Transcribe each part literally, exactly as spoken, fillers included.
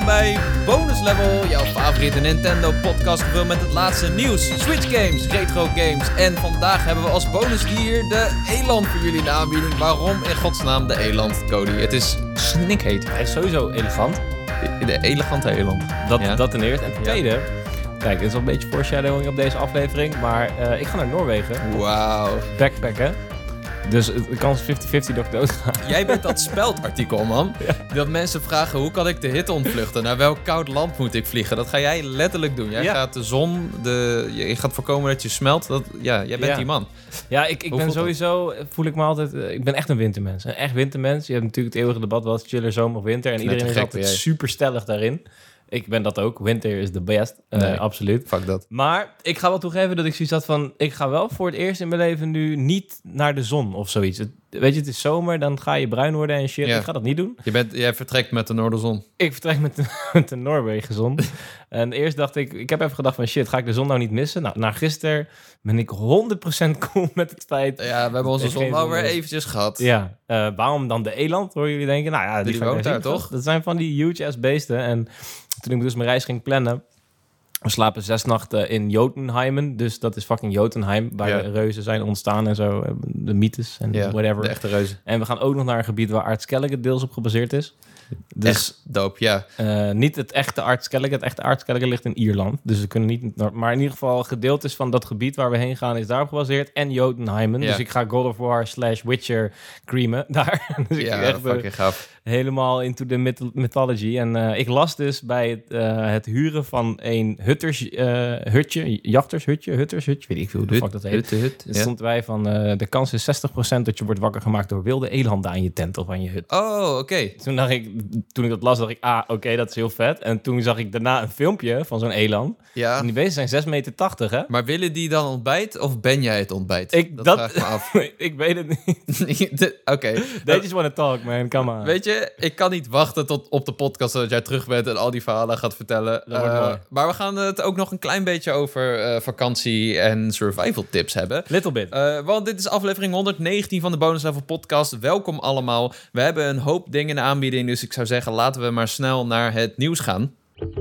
bij Bonus Level, jouw favoriete Nintendo podcast gevuld met het laatste nieuws, Switch games, retro games. En vandaag hebben we als bonusdier de eland voor jullie in de aanbieding. Waarom in godsnaam de eland, Cody? Het is snikheet. Hij is sowieso elegant. De elegante eland. Dat, Ja. dat ten eerste. En ten tweede, ja. Kijk, dit is wel een beetje foreshadowing op deze aflevering, maar uh, ik ga naar Noorwegen. Wauw. Backpacken. Dus de kans is vijftig vijftig dat ik dood ga. Jij bent dat speldartikel, man. Ja. Dat mensen vragen, hoe kan ik de hitte ontvluchten? Naar welk koud land moet ik vliegen? Dat ga jij letterlijk doen. Jij ja. gaat de zon, de, je gaat voorkomen dat je smelt. Dat, ja, jij bent ja. die man. Ja, ik, ik ben sowieso, dat? voel ik me altijd, uh, ik ben echt een wintermens. Een echt wintermens. Je hebt natuurlijk het eeuwige debat, wat chiller, zomer of winter. En iedereen is altijd super stellig daarin. Ik ben dat ook. Winter is the best. Uh, nee, absoluut. Fuck dat. Maar ik ga wel toegeven dat ik zoiets had van... Ik ga wel voor het eerst in mijn leven nu niet naar de zon of zoiets. Het, weet je, het is zomer, dan ga je bruin worden en shit. Ja. Ik ga dat niet doen. Je bent, jij vertrekt met de noorderzon. Ik vertrek met de, met de Noorwegenzon. En eerst dacht ik... Ik heb even gedacht van shit, ga ik de zon nou niet missen? Nou, na gisteren ben ik honderd procent cool met het feit... Ja, we hebben onze zon wel weer eventjes gehad. Ja. Uh, waarom dan de eland, hoor jullie denken? Nou ja, die, die woont daar, toch? Dat zijn van die huge-ass beesten. En toen ik dus mijn reis ging plannen... We slapen zes nachten in Jotunheimen. Dus dat is fucking Jotunheim, waar ja. de reuzen zijn ontstaan en zo. De mythes en ja, whatever. De echte reuzen. En we gaan ook nog naar een gebied waar Art Skellige deels op gebaseerd is. Dus, echt dope, ja. Uh, niet het echte Art Skellige. Het echte Art Skellige ligt in Ierland. Dus we kunnen niet... Maar in ieder geval, gedeeltes van dat gebied waar we heen gaan is daarop gebaseerd. En Jotunheimen. Ja. Dus ik ga God of War slash Witcher creamen daar. Dus ja, ik echt fucking gaaf. Helemaal into the myth- mythology. En uh, ik las dus bij het, uh, het huren van een hutters, uh, hutje, jachtershutje, huttershutje, weet ik veel hoe de fuck dat heet. Hut, hut, er stond wij van, uh, de kans is zestig procent dat je wordt wakker gemaakt door wilde elanden aan je tent of aan je hut. Oh, oké. Okay. Toen dacht ik, toen ik dat las, dacht ik, ah, oké, okay, dat is heel vet. En toen zag ik daarna een filmpje van zo'n eland. Ja. En die beesten zijn zes meter tachtig, hè? Maar willen die dan ontbijt of ben jij het ontbijt? Ik, dat, dat vraag me af. ik weet het niet. Oké. Okay. They just wanna talk, man. Come on. Weet je, ik kan niet wachten tot op de podcast dat jij terug bent en al die verhalen gaat vertellen. Uh, maar we gaan het ook nog een klein beetje over uh, vakantie en survival tips hebben. Little bit. Uh, want dit is aflevering honderdnegentien van de Bonus Level podcast. Welkom allemaal. We hebben een hoop dingen in de aanbieding, dus ik zou zeggen laten we maar snel naar het nieuws gaan.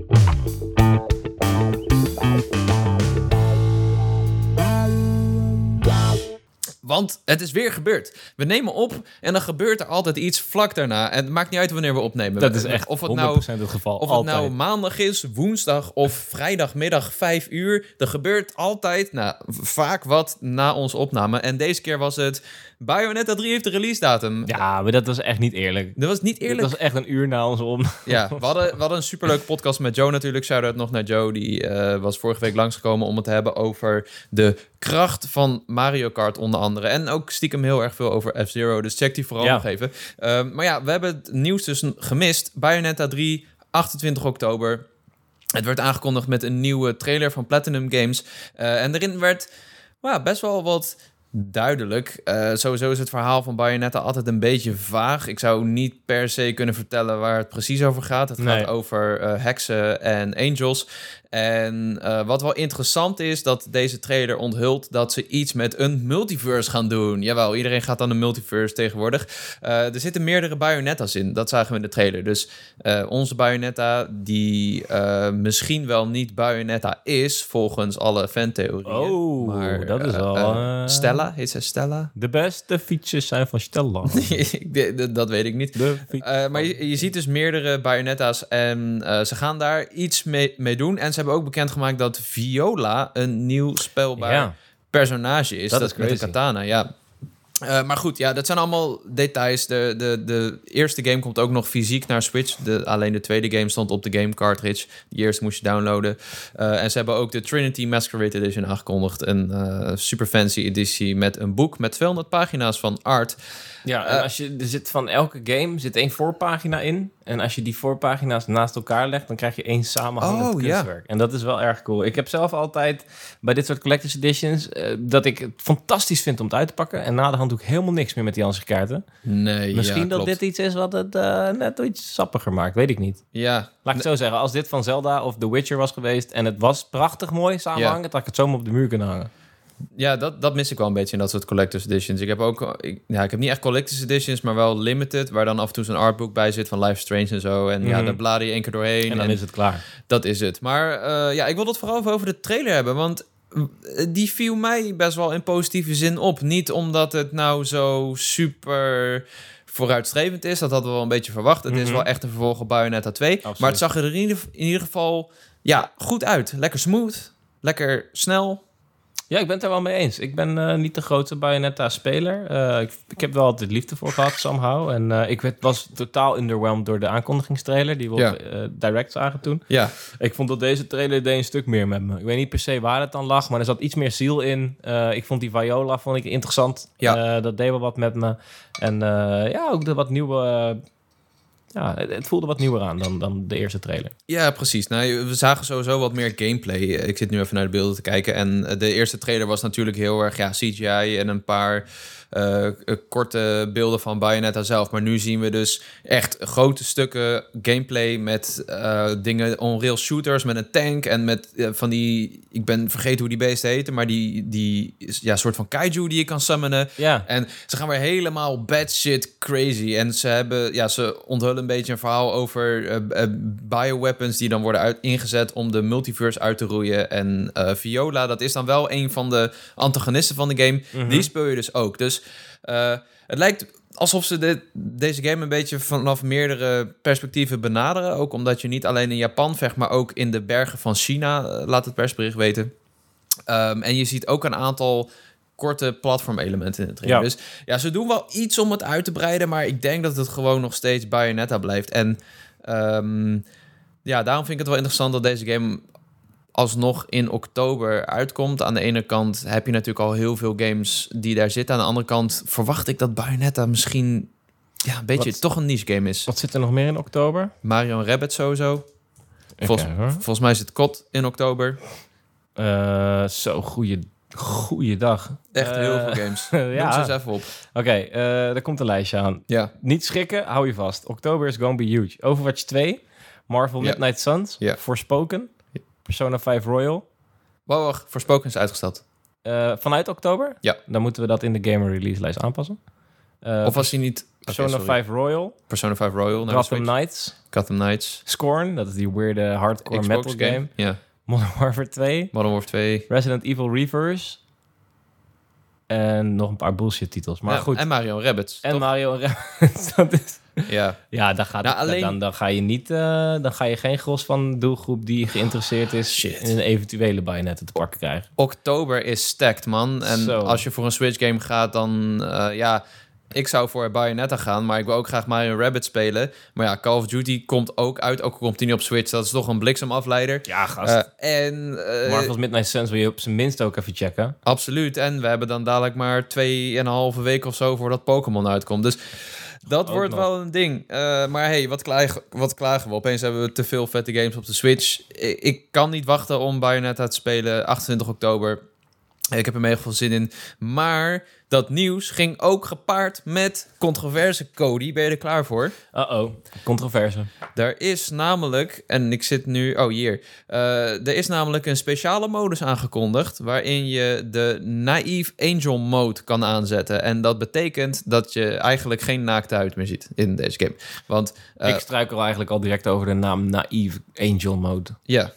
Want het is weer gebeurd. We nemen op en dan gebeurt er altijd iets vlak daarna. En het maakt niet uit wanneer we opnemen. Dat is echt of het honderd procent nou, het geval. Of altijd. Het nou maandag is, woensdag of vrijdagmiddag vijf uur. Er gebeurt altijd, nou, vaak wat na onze opname. En deze keer was het... Bayonetta drie heeft de release datum. Ja, maar dat was echt niet eerlijk. Dat was niet eerlijk. Dat was echt een uur na onze opname. Ja, we hadden, we hadden een superleuke podcast met Joe natuurlijk. Shout-out nog naar Joe. Die uh, was vorige week langsgekomen om het te hebben over de kracht van Mario Kart onder andere. En ook stiekem heel erg veel over F-Zero. Dus check die vooral ja. nog even. Uh, maar ja, we hebben het nieuws dus gemist. Bayonetta drie, achtentwintig oktober. Het werd aangekondigd met een nieuwe trailer van Platinum Games. Uh, en erin werd well, best wel wat... duidelijk. Uh, sowieso is het verhaal van Bayonetta altijd een beetje vaag. Ik zou niet per se kunnen vertellen waar het precies over gaat. Het nee. gaat over uh, heksen en angels. En uh, wat wel interessant is, dat deze trailer onthult dat ze iets met een multiverse gaan doen. Jawel, iedereen gaat aan een multiverse tegenwoordig. Uh, er zitten meerdere Bayonetta's in. Dat zagen we in de trailer. Dus uh, onze Bayonetta, die uh, misschien wel niet Bayonetta is, volgens alle fantheorieën. Oh, maar, dat is al... Uh, uh, Stella, heet ze Stella? De beste fietsjes zijn van Stella. Dat weet ik niet. Uh, maar je, je ziet dus meerdere Bayonetta's en uh, ze gaan daar iets mee, mee doen. En ze hebben ook bekendgemaakt dat Viola een nieuw speelbaar ja. personage is. Dat, dat is crazy. Met de katana, ja. Uh, maar goed, ja, dat zijn allemaal details. De, de, de eerste game komt ook nog fysiek naar Switch. De, alleen de tweede game stond op de game cartridge. Die eerste moest je downloaden. Uh, en ze hebben ook de Trinity Masquerade Edition aangekondigd. Een uh, super fancy editie met een boek met tweehonderd pagina's van art. Ja, en als je, er zit van elke game zit één voorpagina in. En als je die voorpagina's naast elkaar legt, dan krijg je één samenhangend oh, kunstwerk. Ja. En dat is wel erg cool. Ik heb zelf altijd bij dit soort collector's editions uh, dat ik het fantastisch vind om het uit te pakken. En na de hand doe ik helemaal niks meer met die andere kaarten. Nee, Misschien ja, dat klopt. dit iets is wat het uh, net iets sappiger maakt, weet ik niet. Ja. Laat ik het zo zeggen, als dit van Zelda of The Witcher was geweest en het was prachtig mooi samenhangen, ja. had ik het zomaar op de muur kunnen hangen. Ja, dat, dat mis ik wel een beetje in dat soort collector's editions. Ik heb ook, ik, ja, ik heb niet echt collector's editions, maar wel limited, waar dan af en toe zo'n artbook bij zit van Life is Strange en zo. En mm. ja, daar blader je één keer doorheen. En dan en is het klaar. Dat is het. Maar uh, ja, ik wil het vooral over de trailer hebben, want die viel mij best wel in positieve zin op. Niet omdat het nou zo super vooruitstrevend is, dat hadden we wel een beetje verwacht. Het mm-hmm. is wel echt een vervolg op Bayonetta twee. Absoluut. Maar het zag er in ieder, in ieder geval ja, goed uit. Lekker smooth, lekker snel. Ja, ik ben het er wel mee eens. Ik ben uh, niet de grootste Bayonetta-speler. Uh, ik, ik heb wel altijd liefde voor gehad, somehow. En uh, ik werd, was totaal underwhelmed door de aankondigingstrailer die we ja. op uh, Direct zagen toen. Ja. Ik vond dat deze trailer deed een stuk meer met me. Ik weet niet per se waar het dan lag, maar er zat iets meer ziel in. Uh, ik vond die Viola vond ik interessant. Ja. Uh, dat deed wel wat met me. En uh, ja, ook de wat nieuwe... Uh, Ja, het voelde wat nieuwer aan dan, dan de eerste trailer. Ja, precies. Nou, we zagen sowieso wat meer gameplay. Ik zit nu even naar de beelden te kijken. En de eerste trailer was natuurlijk heel erg ja, C G I en een paar uh, korte beelden van Bayonetta zelf. Maar nu zien we dus echt grote stukken gameplay met uh, dingen, on-rail shooters, met een tank en met uh, van die... Ik ben vergeten hoe die beesten heten, maar die, die ja, soort van kaiju die je kan summonen. Ja. En ze gaan weer helemaal bad shit crazy. En ze hebben, ja, ze onthullen een beetje een verhaal over uh, uh, bioweapons die dan worden uit, ingezet om de multiverse uit te roeien. En uh, Viola, dat is dan wel een van de antagonisten van de game. Mm-hmm. Die speel je dus ook. Dus uh, het lijkt alsof ze dit, deze game een beetje vanaf meerdere perspectieven benaderen. Ook omdat je niet alleen in Japan vecht, maar ook in de bergen van China, uh, laat het persbericht weten. Um, en je ziet ook een aantal korte platformelementen in het trailer. Ja. Dus ja, ze doen wel iets om het uit te breiden, maar ik denk dat het gewoon nog steeds Bayonetta blijft. En um, ja, daarom vind ik het wel interessant dat deze game alsnog in oktober uitkomt. Aan de ene kant heb je natuurlijk al heel veel games die daar zitten. Aan de andere kant verwacht ik dat Bayonetta misschien ja, een beetje wat, toch een niche game is. Wat zit er nog meer in oktober? Mario en Rabbids sowieso. Vol, okay, volgens mij zit C O D in oktober. Uh, zo, goede Goeie dag. Echt heel uh, veel games. ja. Noem ze eens even op. Oké, okay, uh, daar komt een lijstje aan. Ja. Niet schrikken, hou je vast. Oktober is gonna be huge. Overwatch twee, Marvel yeah. Midnight Suns, yeah. Forspoken, yeah. Persona vijf Royal. Wow, wacht, Forspoken is uitgesteld. Uh, vanuit oktober? Ja. Dan moeten we dat in de gamer release lijst aanpassen. Uh, of was hij niet... Persona okay, vijf Royal. Persona vijf Royal. Gotham Knights. Gotham Knights. Scorn, dat is die weirde hardcore Xbox metal game. game. Ja. Modern Warfare twee. Modern Warfare twee. Resident Evil Reverse. En nog een paar bullshit titels. Maar ja, goed. En Mario Rabbids. En toch? Mario Rabbids. Dat is... Ja, ja dan, gaat nou, het, alleen... dan, dan ga je niet, uh, dan ga je geen gros van de doelgroep die geïnteresseerd is Shit. in een eventuele Bayonetta te pakken krijgen. Oktober is stacked, man. En so. Als je voor een Switch game gaat, dan uh, ja, ik zou voor Bayonetta gaan, maar ik wil ook graag Mario Rabbids spelen. Maar ja, Call of Duty komt ook uit, ook komt hij niet op Switch. Dat is toch een bliksemafleider. Ja, gast. Uh, en uh, Marvel's Midnight Suns wil je op zijn minst ook even checken. Absoluut. En we hebben dan dadelijk maar twee en een halve week of zo voordat Pokémon uitkomt. Dus dat ook wordt nog wel een ding. Uh, maar hey, wat klagen, wat klagen we? Opeens hebben we te veel vette games op de Switch. Ik, ik kan niet wachten om Bayonetta te spelen. achtentwintig oktober. Ik heb er mega veel zin in. Maar dat nieuws ging ook gepaard met controverse, Cody. Ben je er klaar voor? Uh-oh, controverse. Er is namelijk, en ik zit nu... Oh, hier. Uh, er is namelijk een speciale modus aangekondigd waarin je de Naive Angel mode kan aanzetten. En dat betekent dat je eigenlijk geen naakte huid meer ziet in deze game. Want uh, ik struikel eigenlijk al direct over de naam Naive Angel mode. Ja.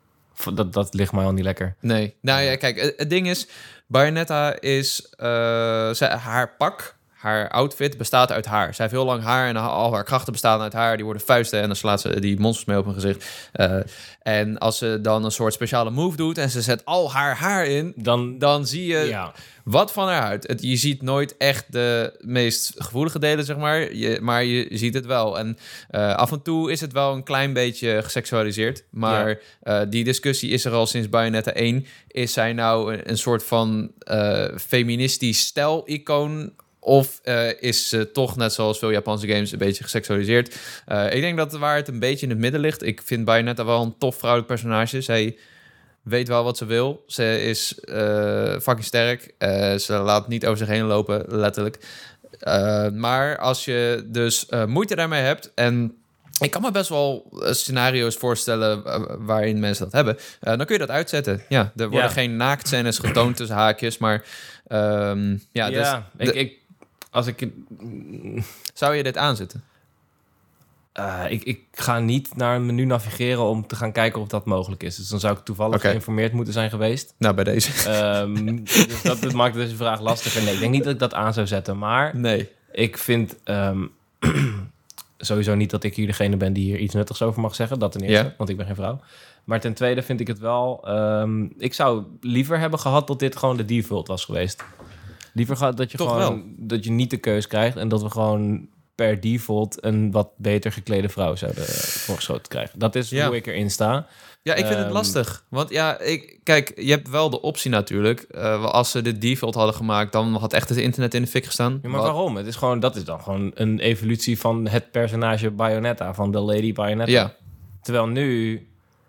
Dat, dat ligt mij al niet lekker. Nee. Nou ja, kijk, het ding is... Bayonetta is... Uh, zij, haar pak, haar outfit bestaat uit haar. Zij heeft heel lang haar en al haar krachten bestaan uit haar. Die worden vuisten en dan slaat ze die monsters mee op hun gezicht. Uh, en als ze dan een soort speciale move doet... en ze zet al haar haar in... dan, dan zie je... Ja. Wat van haar huid. Het, je ziet nooit echt de meest gevoelige delen, zeg maar. Je, maar je ziet het wel. En uh, af en toe is het wel een klein beetje geseksualiseerd. Maar ja. uh, die discussie is er al sinds Bayonetta één. Is zij nou een, een soort van uh, feministisch stijl-icoon... Of uh, is ze toch, net zoals veel Japanse games, een beetje geseksualiseerd? Uh, ik denk dat waar het een beetje in het midden ligt. Ik vind Bayonetta wel een tof vrouwelijk personage. Zij weet wel wat ze wil. Ze is uh, fucking sterk. Uh, ze laat niet over zich heen lopen, letterlijk. Uh, maar als je dus uh, moeite daarmee hebt... en Ik kan me best wel uh, scenario's voorstellen uh, waarin mensen dat hebben. Uh, dan kun je dat uitzetten. Ja, er worden ja. geen naaktscènes getoond tussen haakjes, maar um, ja, ja dus ik, de, ik, als ik zou je dit aanzetten? Uh, ik, ik ga niet naar een menu navigeren om te gaan kijken of dat mogelijk is. Dus dan zou ik toevallig okay. geïnformeerd moeten zijn geweest. Nou, bij deze. Um, dus dat, dat maakt deze vraag lastiger. Nee, ik denk niet dat ik dat aan zou zetten. Maar nee. ik vind um, sowieso niet dat ik hier degene ben die hier iets nuttigs over mag zeggen. Dat ten eerste, yeah. want ik ben geen vrouw. Maar ten tweede vind ik het wel... Um, ik zou liever hebben gehad dat dit gewoon de default was geweest. Liever gehad dat je Toch gewoon wel. dat je niet de keus krijgt en dat we gewoon per default een wat beter geklede vrouw zouden voorgeschoten krijgen. Dat is ja. hoe ik erin sta. Ja, ik vind um, het lastig. Want ja, ik, kijk, je hebt wel de optie natuurlijk. Uh, als ze dit default hadden gemaakt, dan had echt het internet in de fik gestaan. Ja, maar Wat? waarom? Het is gewoon, dat is dan gewoon een evolutie van het personage Bayonetta, van de Lady Bayonetta. Ja. Terwijl nu...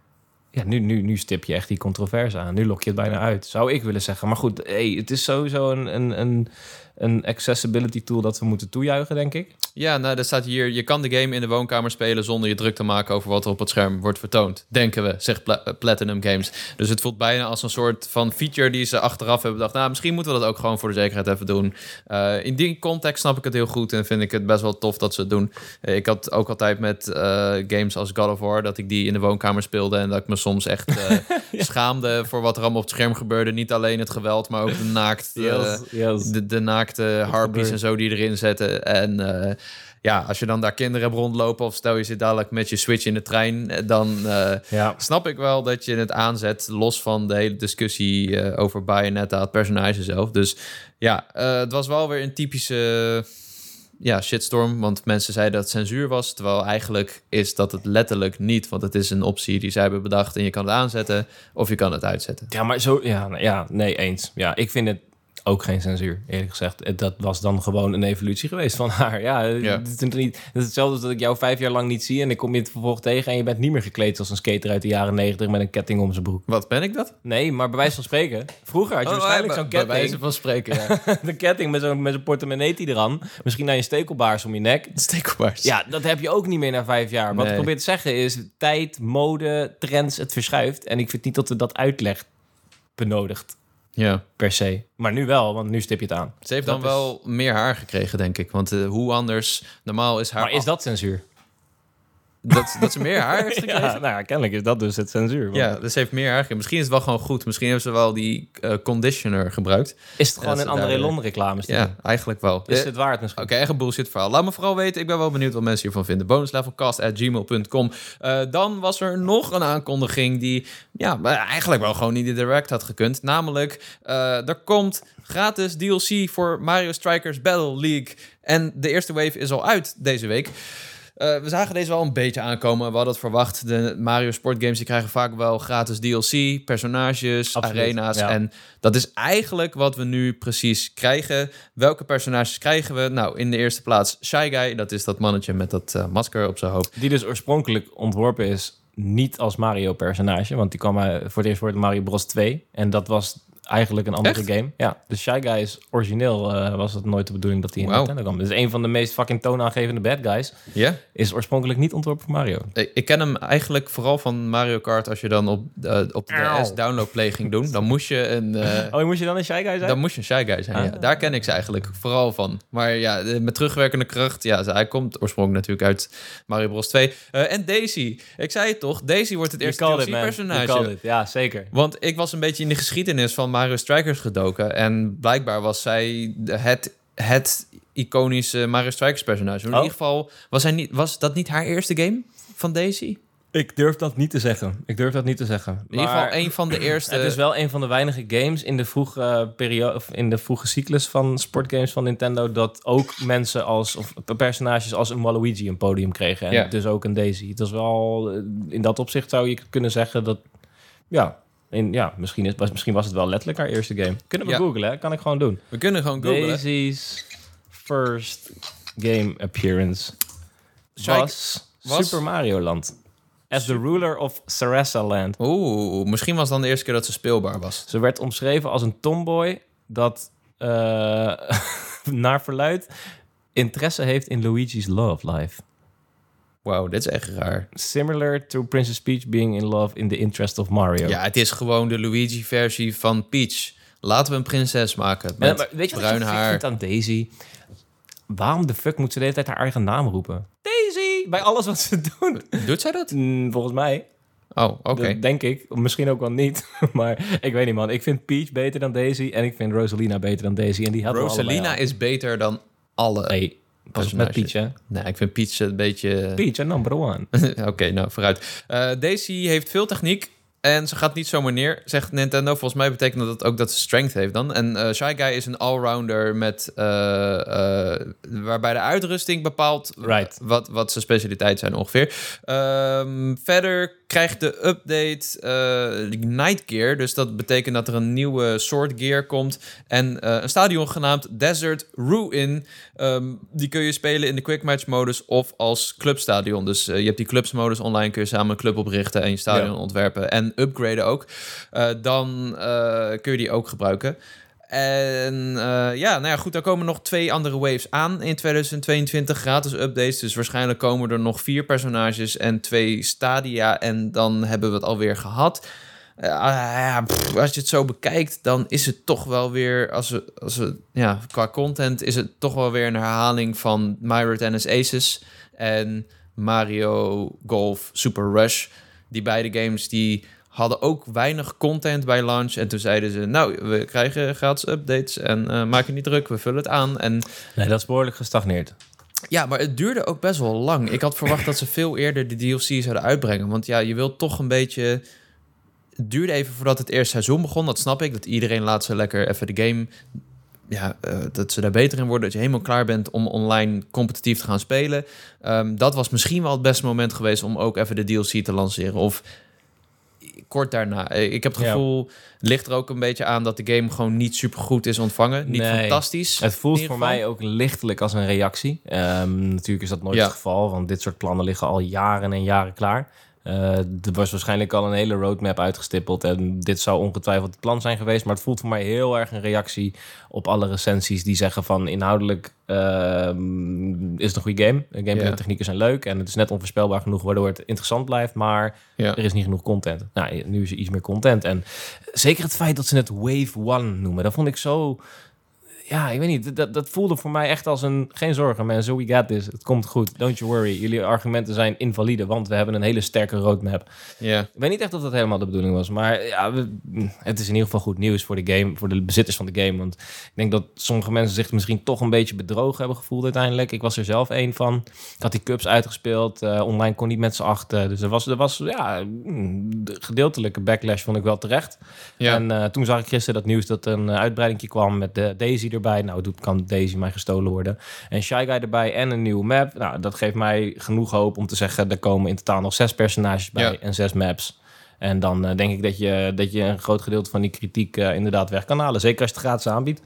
Ja, nu, nu, nu stip je echt die controverse aan. Nu lok je het bijna uit, zou ik willen zeggen. Maar goed, hey, het is sowieso een, een, een, een accessibility tool dat we moeten toejuichen, denk ik. Ja, nou, er staat hier... Je kan de game in de woonkamer spelen zonder je druk te maken over wat er op het scherm wordt vertoond. Denken we, zegt Pla- Platinum Games. Dus het voelt bijna als een soort van feature die ze achteraf hebben bedacht. Nou, misschien moeten we dat ook gewoon voor de zekerheid even doen. Uh, in die context snap ik het heel goed en vind ik het best wel tof dat ze het doen. Uh, ik had ook altijd met uh, games als God of War, dat ik die in de woonkamer speelde en dat ik me soms echt uh, ja. schaamde voor wat er allemaal op het scherm gebeurde. Niet alleen het geweld, maar ook de naakt, uh, yes, yes. De, de naakte harpies en zo die erin zetten. En uh, ja, als je dan daar kinderen hebt rondlopen of stel je zit dadelijk met je Switch in de trein, dan uh, ja. snap ik wel dat je het aanzet, los van de hele discussie uh, over Bayonetta, het personage zelf. Dus ja, uh, het was wel weer een typische ja, shitstorm, want mensen zeiden dat het censuur was, terwijl eigenlijk is dat het letterlijk niet, want het is een optie die zij hebben bedacht en je kan het aanzetten of je kan het uitzetten. Ja, maar zo, ja, nou, ja nee, eens. Ja, ik vind het ook geen censuur, eerlijk gezegd. Dat was dan gewoon een evolutie geweest van haar. Ja, ja. Het, is niet, het is hetzelfde als dat ik jou vijf jaar lang niet zie en ik kom je het vervolgens tegen en je bent niet meer gekleed als een skater uit de jaren negentig met een ketting om zijn broek. Wat, ben ik dat? Nee, maar bij wijze van spreken. Vroeger had je oh, waarschijnlijk ja, zo'n ketting. Bij wijze van spreken, ja. De ketting met zo'n, met zo'n portemonnee eraan. Misschien naar je stekelbaars om je nek. Stekelbaars? Ja, dat heb je ook niet meer na vijf jaar. Wat nee. ik probeer te zeggen is, tijd, mode, trends, het verschuift. En ik vind niet dat we dat uitleg benodigt. Ja. Per se. Maar nu wel, want nu stip je het aan. Ze heeft dat dan is... wel meer haar gekregen, denk ik. Want uh, hoe anders... Normaal is haar... Maar is dat censuur? Dat, dat ze meer haar heeft gekregen? Ja, nou ja, kennelijk is dat dus het censuur. Want... Ja, dus ze heeft meer haar gekregen. Misschien is het wel gewoon goed. Misschien hebben ze wel die uh, conditioner gebruikt. Is het gewoon een André Lon reclame? Ja, eigenlijk wel. Is het waard misschien? Oké, okay, echt een bullshit verhaal. Laat me vooral weten. Ik ben wel benieuwd wat mensen hiervan vinden. bonuslevelcast at gmail dot com. Uh, dan was er nog een aankondiging die ja, eigenlijk wel gewoon niet de direct had gekund. Namelijk, uh, er komt gratis D L C voor Mario Strikers Battle League. En de eerste wave is al uit deze week. Uh, we zagen deze wel een beetje aankomen. We hadden het verwacht. De Mario sportgames die krijgen vaak wel gratis D L C, personages, Absoluut, arena's. Ja. En dat is eigenlijk wat we nu precies krijgen. Welke personages krijgen we? Nou, in de eerste plaats Shy Guy. Dat is dat mannetje met dat uh, masker op zijn hoofd. Die dus oorspronkelijk ontworpen is niet als Mario-personage. Want die kwam uh, voor het eerst voor de Mario Bros twee. En dat was eigenlijk een andere Echt? game. Ja, de Shy Guy is origineel. Uh, was het nooit de bedoeling dat hij in wow. Nintendo kwam. Dus een van de meest fucking toonaangevende bad guys. Yeah. Is oorspronkelijk niet ontworpen voor Mario. Ik, ik ken hem eigenlijk vooral van Mario Kart. Als je dan op, uh, op de D S download play ging doen, dan moest je een... Uh, oh, moest je dan een Shy Guy zijn? Dan moest je een Shy Guy zijn, ah. ja. Daar ken ik ze eigenlijk vooral van. Maar ja, met terugwerkende kracht... Ja, hij komt oorspronkelijk natuurlijk uit Mario Bros twee. Uh, en Daisy. Ik zei het toch, Daisy wordt het eerste D L C-personage. Ja, zeker. Want ik was een beetje in de geschiedenis van Mario Strikers gedoken. En blijkbaar was zij het, het iconische Mario Strikers personage. In oh. ieder geval, was, hij niet, was dat niet haar eerste game van Daisy? Ik durf dat niet te zeggen. Ik durf dat niet te zeggen. In ieder geval een van de eerste... Het is wel een van de weinige games in de vroege periode, of in de vroege cyclus van sportgames van Nintendo, dat ook mensen als, of personages als een Waluigi een podium kregen. En ja. dus ook een Daisy. Het was wel, in dat opzicht zou je kunnen zeggen dat, ja... In, ja, misschien, is, was, misschien was het wel letterlijk haar eerste game. Kunnen we ja. googlen, hè? Kan ik gewoon doen. We kunnen gewoon googlen. Daisy's first game appearance was, was Super Mario Land. As the ruler of Sarasa Land. Oeh, misschien was dan de eerste keer dat ze speelbaar was. Ze werd omschreven als een tomboy dat uh, naar verluidt interesse heeft in Luigi's love life. Wauw, dit is echt raar. Similar to Princess Peach being in love in the interest of Mario. Ja, het is gewoon de Luigi-versie van Peach. Laten we een prinses maken met ja, weet je bruin wat haar. Vind aan Daisy? Waarom de fuck moet ze de hele tijd haar eigen naam roepen? Daisy! Bij alles wat ze doen. Doet zij dat? Mm, volgens mij. Oh, oké. Okay. Denk ik. Misschien ook wel niet. Maar ik weet niet, man. Ik vind Peach beter dan Daisy. En ik vind Rosalina beter dan Daisy. En die hadden Rosalina is beter dan alle... Nee, pas met Peach, hè? Nee, ik vind Peach een beetje... Peach, number one. Oké, okay, nou, vooruit. Uh, Daisy heeft veel techniek. En ze gaat niet zomaar neer, zegt Nintendo. Volgens mij betekent dat ook dat ze strength heeft dan. En uh, Shy Guy is een allrounder met... Uh, uh, waarbij de uitrusting bepaalt right. wat, wat zijn specialiteit zijn ongeveer. Um, verder krijgt de update uh, Night Gear. Dus dat betekent dat er een nieuwe Sword Gear komt. En uh, een stadion genaamd Desert Ruin. Um, die kun je spelen in de Quick Match modus of als clubstadion. Dus uh, je hebt die clubs modus online. Kun je samen een club oprichten en je stadion ja. ontwerpen. En upgraden ook. Uh, dan uh, kun je die ook gebruiken. En uh, ja, nou ja, goed, daar komen nog twee andere waves aan in tweeduizend tweeëntwintig. Gratis updates, dus waarschijnlijk komen er nog vier personages en twee stadia. En dan hebben we het alweer gehad. Uh, ja, pff, als je het zo bekijkt, dan is het toch wel weer... Als we, als we, ja, qua content is het toch wel weer een herhaling van Mario Tennis Aces en Mario Golf Super Rush. Die beide games die hadden ook weinig content bij launch. En toen zeiden ze, nou, we krijgen gratis updates en uh, maak je niet druk, we vullen het aan. En nee, dat is behoorlijk gestagneerd. Ja, maar het duurde ook best wel lang. Ik had verwacht dat ze veel eerder de D L C zouden uitbrengen. Want ja, je wilt toch een beetje... Het duurde even voordat het eerste seizoen begon. Dat snap ik, dat iedereen laat ze lekker even de game... Ja, uh, dat ze daar beter in worden. Dat je helemaal klaar bent om online competitief te gaan spelen. Um, dat was misschien wel het beste moment geweest om ook even de D L C te lanceren. Of kort daarna. Ik heb het gevoel, ja. Het ligt er ook een beetje aan dat de game gewoon niet super goed is ontvangen. Niet nee, fantastisch. Het voelt voor mij ook lichtelijk als een reactie. Um, natuurlijk is dat nooit ja. het geval, want dit soort plannen liggen al jaren en jaren klaar. Uh, er was waarschijnlijk al een hele roadmap uitgestippeld en dit zou ongetwijfeld het plan zijn geweest, maar het voelt voor mij heel erg een reactie op alle recensies die zeggen van inhoudelijk uh, is het een goede game. De gameplay yeah. technieken zijn leuk en het is net onvoorspelbaar genoeg waardoor het interessant blijft, maar yeah. er is niet genoeg content. Nou, nu is er iets meer content en zeker het feit dat ze het Wave One noemen, dat vond ik zo... Ja, ik weet niet. Dat, dat voelde voor mij echt als een... Geen zorgen, man. So we got this. Het komt goed. Don't you worry. Jullie argumenten zijn invalide, want we hebben een hele sterke roadmap. Yeah. Ik weet niet echt of dat helemaal de bedoeling was, maar ja, we, het is in ieder geval goed nieuws voor de game, voor de bezitters van de game. Want ik denk dat sommige mensen zich misschien toch een beetje bedrogen hebben gevoeld uiteindelijk. Ik was er zelf één van. Ik had die cups uitgespeeld. Uh, online kon niet met z'n achten. Dus er was, er was ja, de gedeeltelijke backlash vond ik wel terecht. Yeah. En uh, toen zag ik gisteren dat nieuws dat een uh, uitbreiding kwam met de Daisy erbij. Nou, doet kan Daisy mij gestolen worden. En Shy Guy erbij en een nieuwe map. Nou, dat geeft mij genoeg hoop om te zeggen... er komen in totaal nog zes personages bij ja. en zes maps. En dan uh, denk ik dat je, dat je een groot gedeelte van die kritiek uh, inderdaad weg kan halen. Zeker als je het gratis aanbiedt.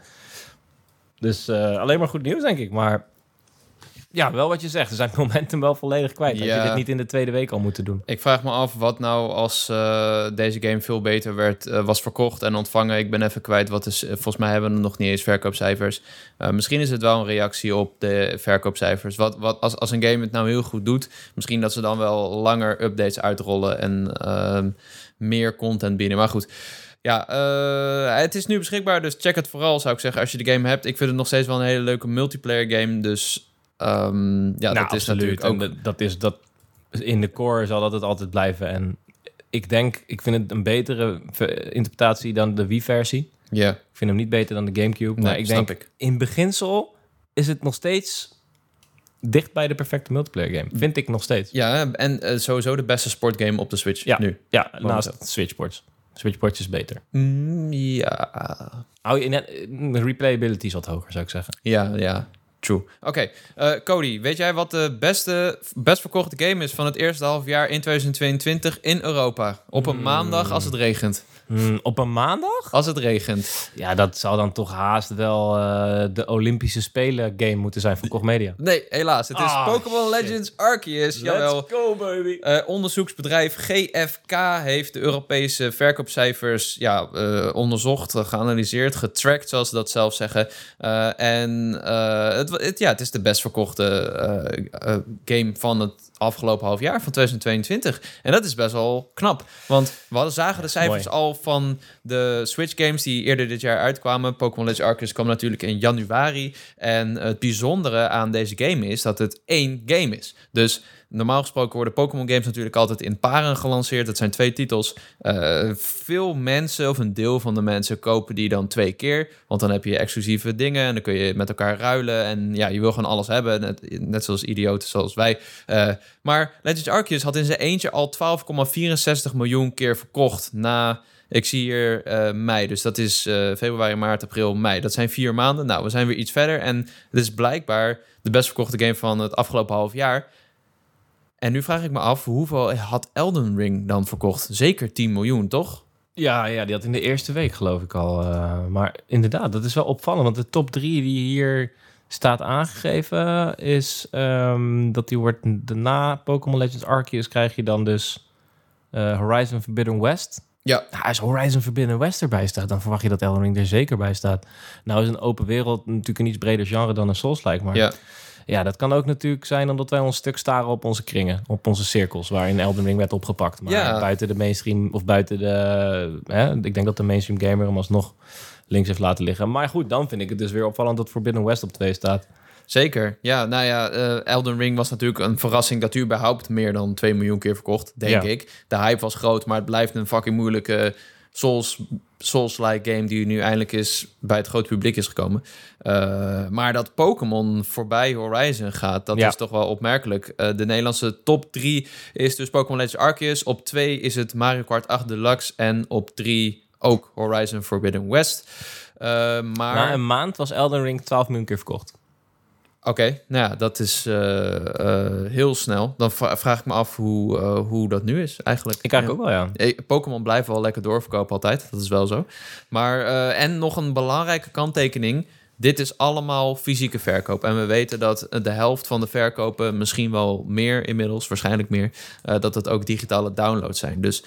Dus uh, alleen maar goed nieuws, denk ik. Maar ja, wel wat je zegt. Ze zijn het momentum wel volledig kwijt. Ja. Dat je dit niet in de tweede week al moeten doen. Ik vraag me af wat nou als uh, deze game veel beter werd, uh, was verkocht en ontvangen. Ik ben even kwijt wat is. Uh, volgens mij hebben we nog niet eens verkoopcijfers. Uh, misschien is het wel een reactie op de verkoopcijfers. Wat, wat als, als een game het nou heel goed doet, misschien dat ze dan wel langer updates uitrollen en uh, meer content bieden. Maar goed. Ja, uh, het is nu beschikbaar, dus check het vooral, zou ik zeggen, als je de game hebt. Ik vind het nog steeds wel een hele leuke multiplayer game, dus um, ja, nou, dat is natuurlijk ook... Dat, dat is dat in de core zal dat het altijd blijven. En ik denk, ik vind het een betere interpretatie dan de Wii-versie. Ja. Yeah. Ik vind hem niet beter dan de Gamecube. Nee, maar ik denk, ik. in beginsel is het nog steeds dicht bij de perfecte multiplayer game. Vind ik nog steeds. Ja, en uh, sowieso de beste sportgame op de Switch ja, nu. Ja, naast Switchports. Switchports is beter. Mm, ja. Hou je net, replayability is wat hoger, zou ik zeggen. Ja, ja. True. Oké, okay. uh, Cody, weet jij wat de beste, best verkochte game is van het eerste half jaar in tweeduizend tweeëntwintig in Europa? Op een mm. maandag als het regent. Mm, op een maandag? Als het regent. Ja, dat zou dan toch haast wel uh, de Olympische Spelen game moeten zijn van Koch Media. Nee, helaas. Het is oh, Pokémon Legends Arceus. Let's Jawel. go, baby. Uh, onderzoeksbedrijf G F K heeft de Europese verkoopcijfers ja, uh, onderzocht, geanalyseerd, getracked, zoals ze dat zelf zeggen. Uh, en uh, het, het, ja, het is de best verkochte uh, uh, game van het afgelopen half jaar van twintig tweeëntwintig. En dat is best wel knap. Want we hadden, zagen de cijfers Mooi. al van de Switch games die eerder dit jaar uitkwamen. Pokémon Legends Arceus kwam natuurlijk in januari. En het bijzondere aan deze game is dat het één game is. Dus normaal gesproken worden Pokémon games natuurlijk altijd in paren gelanceerd. Dat zijn twee titels. Uh, veel mensen, of een deel van de mensen, kopen die dan twee keer. Want dan heb je exclusieve dingen en dan kun je met elkaar ruilen. En ja, je wil gewoon alles hebben. Net, net zoals idioten zoals wij. Uh, maar Legends Arceus had in zijn eentje al twaalf komma vierenzestig miljoen keer verkocht na... Ik zie hier uh, mei, dus dat is uh, februari, maart, april, mei. Dat zijn vier maanden. Nou, we zijn weer iets verder. En het is blijkbaar de best verkochte game van het afgelopen half jaar. En nu vraag ik me af, hoeveel had Elden Ring dan verkocht? Zeker tien miljoen, toch? Ja, ja, die had in de eerste week geloof ik al. Uh, maar inderdaad, dat is wel opvallend. Want de top drie die hier staat aangegeven is... Um, dat die wordt daarna Pokémon Legends Arceus krijg je dan dus uh, Horizon Forbidden West... Ja. Nou, als Horizon Forbidden West erbij staat, dan verwacht je dat Elden Ring er zeker bij staat. Nou is een open wereld natuurlijk een iets breder genre dan een Souls-like, maar ja. ja, dat kan ook natuurlijk zijn omdat wij ons stuk staren op onze kringen, op onze cirkels, waarin Elden Ring werd opgepakt. Maar ja. buiten de mainstream, of buiten de... Hè, ik denk dat de mainstream gamer hem alsnog links heeft laten liggen. Maar goed, dan vind ik het dus weer opvallend dat Forbidden West op twee staat. Zeker. Ja, nou ja, uh, Elden Ring was natuurlijk een verrassing dat hij überhaupt meer dan twee miljoen keer verkocht, denk ja. ik. De hype was groot, maar het blijft een fucking moeilijke Souls, Souls-like game die nu eindelijk is bij het grote publiek is gekomen. Uh, maar dat Pokémon voorbij Horizon gaat, dat ja. is toch wel opmerkelijk. Uh, de Nederlandse top drie is dus Pokémon Legends Arceus. Op twee is het Mario Kart acht Deluxe en op drie ook Horizon Forbidden West. Uh, maar... Na een maand was Elden Ring twaalf miljoen keer verkocht. Oké, okay, nou ja, dat is uh, uh, heel snel. Dan v- vraag ik me af hoe, uh, hoe dat nu is eigenlijk. Ik eigenlijk ja. ook wel, ja. Pokémon blijft wel lekker doorverkopen altijd. Dat is wel zo. Maar, uh, en nog een belangrijke kanttekening. Dit is allemaal fysieke verkoop. En we weten dat de helft van de verkopen, misschien wel meer inmiddels, waarschijnlijk meer, uh, dat het ook digitale downloads zijn. Dus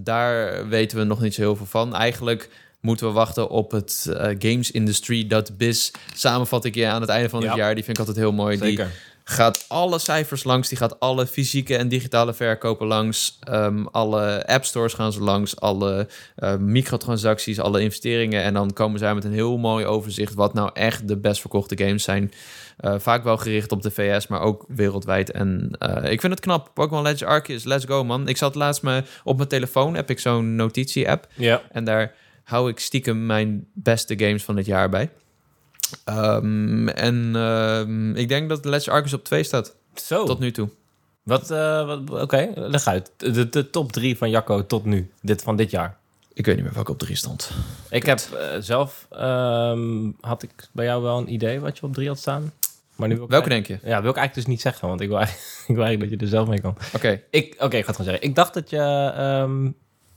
daar weten we nog niet zo heel veel van. Eigenlijk moeten we wachten op het uh, gamesindustry.biz samenvatting aan het einde van het ja. jaar. Die vind ik altijd heel mooi. Zeker. Die gaat alle cijfers langs. Die gaat alle fysieke en digitale verkopen langs. Um, alle app stores gaan ze langs. Alle uh, microtransacties, alle investeringen. En dan komen zij met een heel mooi overzicht wat nou echt de best verkochte games zijn. Uh, vaak wel gericht op de V S, maar ook wereldwijd. En uh, ik vind het knap. Pokémon Legends Arceus, let's go man. Ik zat laatst me, op mijn telefoon, heb ik zo'n notitie-app. Ja. En daar hou ik stiekem mijn beste games van het jaar bij. Um, en uh, ik denk dat Legends Arceus op twee staat. Zo. Tot nu toe. Wat, uh, wat Oké, okay, leg uit. De, de top drie van Jacco tot nu, dit, van dit jaar. Ik weet niet meer welke op drie stond. Ik heb uh, zelf... Um, had ik bij jou wel een idee wat je op drie had staan? Maar nu wil ik welke denk je? Ja, wil ik eigenlijk dus niet zeggen, want ik wil eigenlijk, ik wil eigenlijk dat je er zelf mee kan. Oké. Okay. Oké, okay, ik ga het gewoon zeggen. Ik dacht dat je... Um,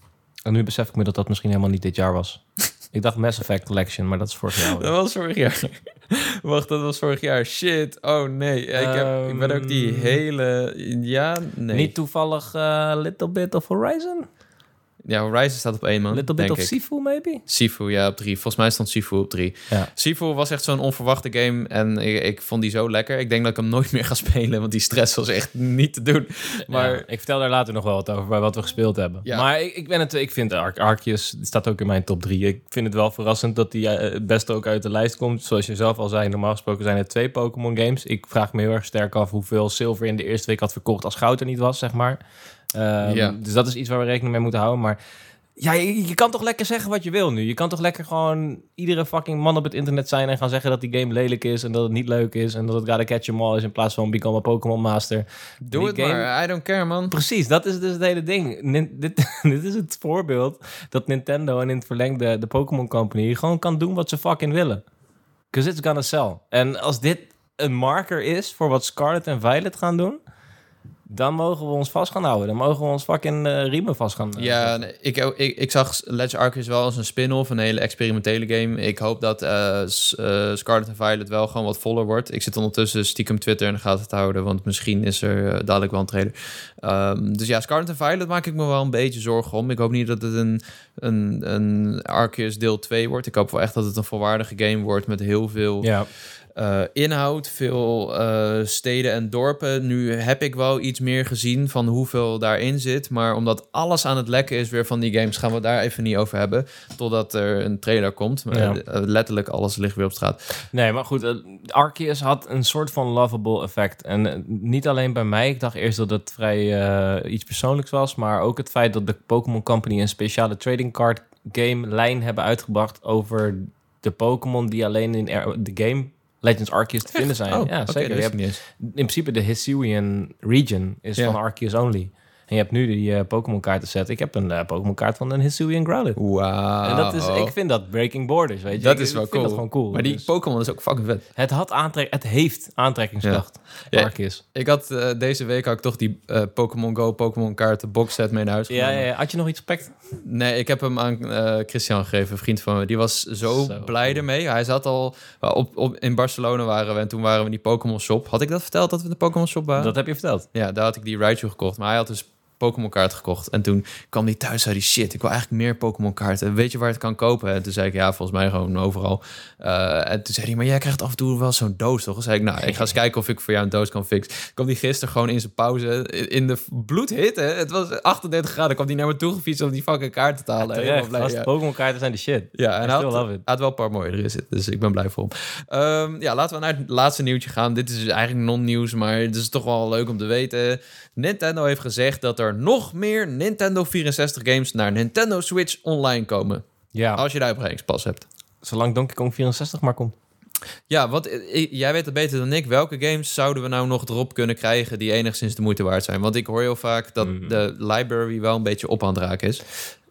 en nu besef ik me dat dat misschien helemaal niet dit jaar was. Ik dacht Mass Effect Collection, maar dat is vorig jaar. Dat was vorig jaar. Wacht, dat was vorig jaar. Shit, oh nee. Ik, heb, um, ik ben ook die hele... Ja, nee. Niet toevallig uh, Little Bit of Horizon? Ja, Horizon staat op één, man. Little Bit of ik. Sifu, maybe? Sifu, ja, op drie. Volgens mij stond Sifu op drie. Ja. Sifu was echt zo'n onverwachte game en ik, ik vond die zo lekker. Ik denk dat ik hem nooit meer ga spelen, want die stress was echt niet te doen. Maar ja, ik vertel daar later nog wel wat over, bij wat we gespeeld hebben. Ja. Maar ik, ik, ben het, ik vind Ar- Arceus, staat ook in mijn top drie. Ik vind het wel verrassend dat die uh, best ook uit de lijst komt. Zoals je zelf al zei, normaal gesproken zijn het twee Pokémon games. Ik vraag me heel erg sterk af hoeveel zilver in de eerste week had verkocht als goud er niet was, zeg maar. Um, ja. Dus dat is iets waar we rekening mee moeten houden, maar... Ja, je, je kan toch lekker zeggen wat je wil nu. Je kan toch lekker gewoon iedere fucking man op het internet zijn en gaan zeggen dat die game lelijk is en dat het niet leuk is en dat het gotta catch 'em all is in plaats van become a Pokémon Master. Doe het game... maar, I don't care, man. Precies, dat is dus het hele ding. Nin- dit, dit is het voorbeeld dat Nintendo en in het verlengde de Pokémon Company gewoon kan doen wat ze fucking willen. Because it's gonna sell. En als dit een marker is voor wat Scarlet en Violet gaan doen, dan mogen we ons vast gaan houden. Dan mogen we ons fucking uh, riemen vast gaan uh, Ja, nee, ik, ik, ik zag Legends Arceus wel als een spin-off, een hele experimentele game. Ik hoop dat uh, uh, Scarlet en Violet wel gewoon wat voller wordt. Ik zit ondertussen stiekem Twitter in de gaten te houden, want misschien is er uh, dadelijk wel een trailer. Um, dus ja, Scarlet en Violet maak ik me wel een beetje zorgen om. Ik hoop niet dat het een, een, een Arceus deel twee wordt. Ik hoop wel echt dat het een volwaardige game wordt met heel veel... Ja. uh, inhoud, veel uh, steden en dorpen. Nu heb ik wel iets meer gezien van hoeveel daarin zit. Maar omdat alles aan het lekken is weer van die games, gaan we het daar even niet over hebben. Totdat er een trailer komt. Maar ja. uh, letterlijk alles ligt weer op straat. Nee, maar goed. Uh, Arceus had een soort van lovable effect. En uh, niet alleen bij mij. Ik dacht eerst dat het vrij uh, iets persoonlijks was. Maar ook het feit dat de Pokémon Company een speciale trading card game lijn hebben uitgebracht over de Pokémon die alleen in de game Legends Arceus te vinden zijn. Oh, ja, okay, zeker. Je hebt, in principe de Hisuian region is ja. van Arceus only. En je hebt nu die uh, Pokémon kaarten set. Ik heb een uh, Pokémon kaart van een Hisuian Growlithe. Wauw. En dat is, ik vind dat breaking borders, weet je. Dat ik, is wel ik cool. vind dat gewoon cool. Maar die dus Pokémon is ook fucking vet. Het had aantrek, het heeft aantrekkingskracht. Ja. Arceus. Ja, ik had uh, deze week had ik toch die uh, Pokémon Go, Pokémon kaarten box set mee naar huis ja, ja, ja. Had je nog iets gepakt? Nee, ik heb hem aan uh, Christian gegeven, een vriend van me. Die was zo, zo blij cool. ermee. Hij zat al op, op in Barcelona waren we en toen waren we in die Pokémon shop. Had ik dat verteld dat we in de Pokémon shop waren? Dat heb je verteld. Ja, daar had ik die Raichu gekocht. Maar hij had dus Pokémon kaart gekocht. En toen kwam hij thuis, zei hij, shit, ik wil eigenlijk meer Pokémon kaarten. Weet je waar het kan kopen? En toen zei ik, ja, volgens mij gewoon overal. Uh, en toen zei hij, maar jij krijgt af en toe wel zo'n doos, toch? Toen zei ik, nou, ik ga eens kijken of ik voor jou een doos kan fixen. Kwam die gisteren gewoon in zijn pauze, in de bloedhitte. Het was achtendertig graden, kwam hij naar me toe gefietst om die fucking kaarten te halen. Ja, terecht, ja. Pokémon kaarten zijn de shit. Ja, en hij had, had wel een paar mooie erin zitten, dus ik ben blij voor hem. Um, ja, laten we naar het laatste nieuwtje gaan. Dit is dus eigenlijk non-nieuws, maar het is toch wel leuk om te weten. Nintendo heeft gezegd dat er nog meer Nintendo vierenzestig games naar Nintendo Switch online komen. Ja. Als je de uitbreidingspas hebt. Zolang Donkey Kong vierenzestig maar komt. Ja, wat, jij weet het beter dan ik. Welke games zouden we nou nog erop kunnen krijgen die enigszins de moeite waard zijn? Want ik hoor heel vaak dat mm. de library wel een beetje op aan het raken is.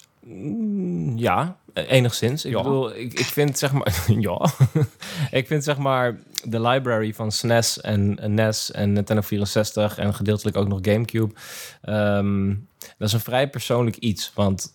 Ja, enigszins. Ik ja. bedoel, ik, ik vind zeg maar... ja. ik vind zeg maar de library van S N E S en N E S en Nintendo vierenzestig en gedeeltelijk ook nog GameCube. Um, dat is een vrij persoonlijk iets. Want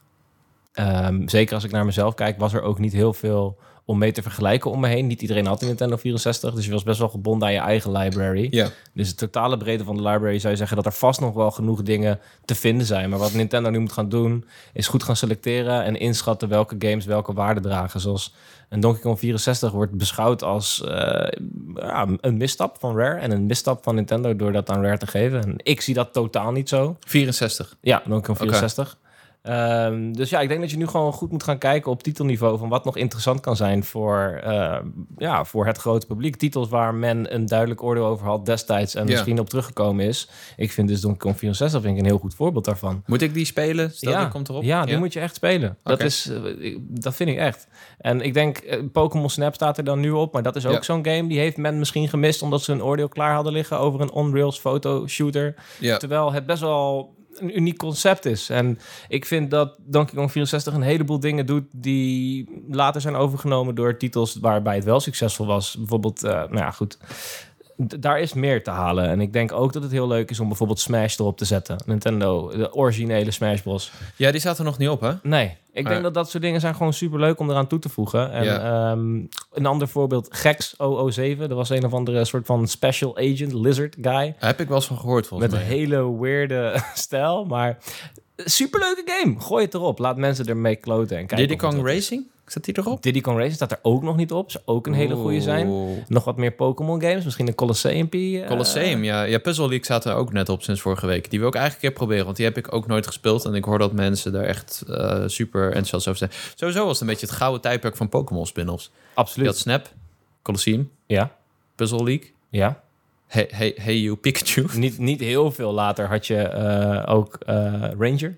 um, zeker als ik naar mezelf kijk, was er ook niet heel veel om mee te vergelijken om me heen. Niet iedereen had een Nintendo vierenzestig, dus je was best wel gebonden aan je eigen library. Ja. Dus de totale breedte van de library zou je zeggen dat er vast nog wel genoeg dingen te vinden zijn. Maar wat Nintendo nu moet gaan doen, is goed gaan selecteren en inschatten welke games welke waarde dragen. Zoals een Donkey Kong vierenzestig wordt beschouwd als uh, ja, een misstap van Rare en een misstap van Nintendo door dat aan Rare te geven. En ik zie dat totaal niet zo. vierenzestig? Ja, Donkey Kong vierenzestig. Okay. Um, dus ja, ik denk dat je nu gewoon goed moet gaan kijken op titelniveau van wat nog interessant kan zijn voor, uh, ja, voor het grote publiek. Titels waar men een duidelijk oordeel over had destijds en yeah. misschien op teruggekomen is. Ik vind dus Donkey Kong vierenzestig vind ik een heel goed voorbeeld daarvan. Moet ik die spelen? Stel, ja, die komt erop. Ja, die ja? moet je echt spelen. Okay. Dat, is, uh, dat vind ik echt. En ik denk, uh, Pokémon Snap staat er dan nu op, maar dat is ook yeah. zo'n game. Die heeft men misschien gemist omdat ze een oordeel klaar hadden liggen over een on-rails fotoshooter. Yeah. Terwijl het best wel een uniek concept is. En ik vind dat Donkey Kong vierenzestig een heleboel dingen doet die later zijn overgenomen door titels waarbij het wel succesvol was. Bijvoorbeeld, uh, nou ja, goed. D- daar is meer te halen. En ik denk ook dat het heel leuk is om bijvoorbeeld Smash erop te zetten. Nintendo, de originele Smash Bros. Ja, die staat er nog niet op, hè? Nee. Ik denk uh. dat dat soort dingen zijn gewoon superleuk om eraan toe te voegen. En yeah. um, een ander voorbeeld, Gex douze douze zeven. Dat was een of andere soort van special agent, lizard guy. Heb ik wel eens van gehoord, volgens Met mij. Met een hele weirde stijl, maar superleuke game. Gooi het erop. Laat mensen ermee kloten en kijken. Diddy Kong Racing? Staat die erop? Diddy Kong Racing staat er ook nog niet op. Zou ook een hele goede zijn. Nog wat meer Pokémon games. Misschien een Colosseum. Uh... Colosseum, ja. Ja, Puzzle League staat er ook net op sinds vorige week. Die wil ik eigenlijk een keer proberen. Want die heb ik ook nooit gespeeld. En ik hoor dat mensen daar echt uh, super enthousiast over zijn. Sowieso was het een beetje het gouden tijdperk van Pokémon spin-offs. Absoluut. Je had Snap, Colosseum, ja. Puzzle League. Ja. Hey, hey, hey you, Pikachu. Niet, niet heel veel later had je uh, ook uh, Ranger.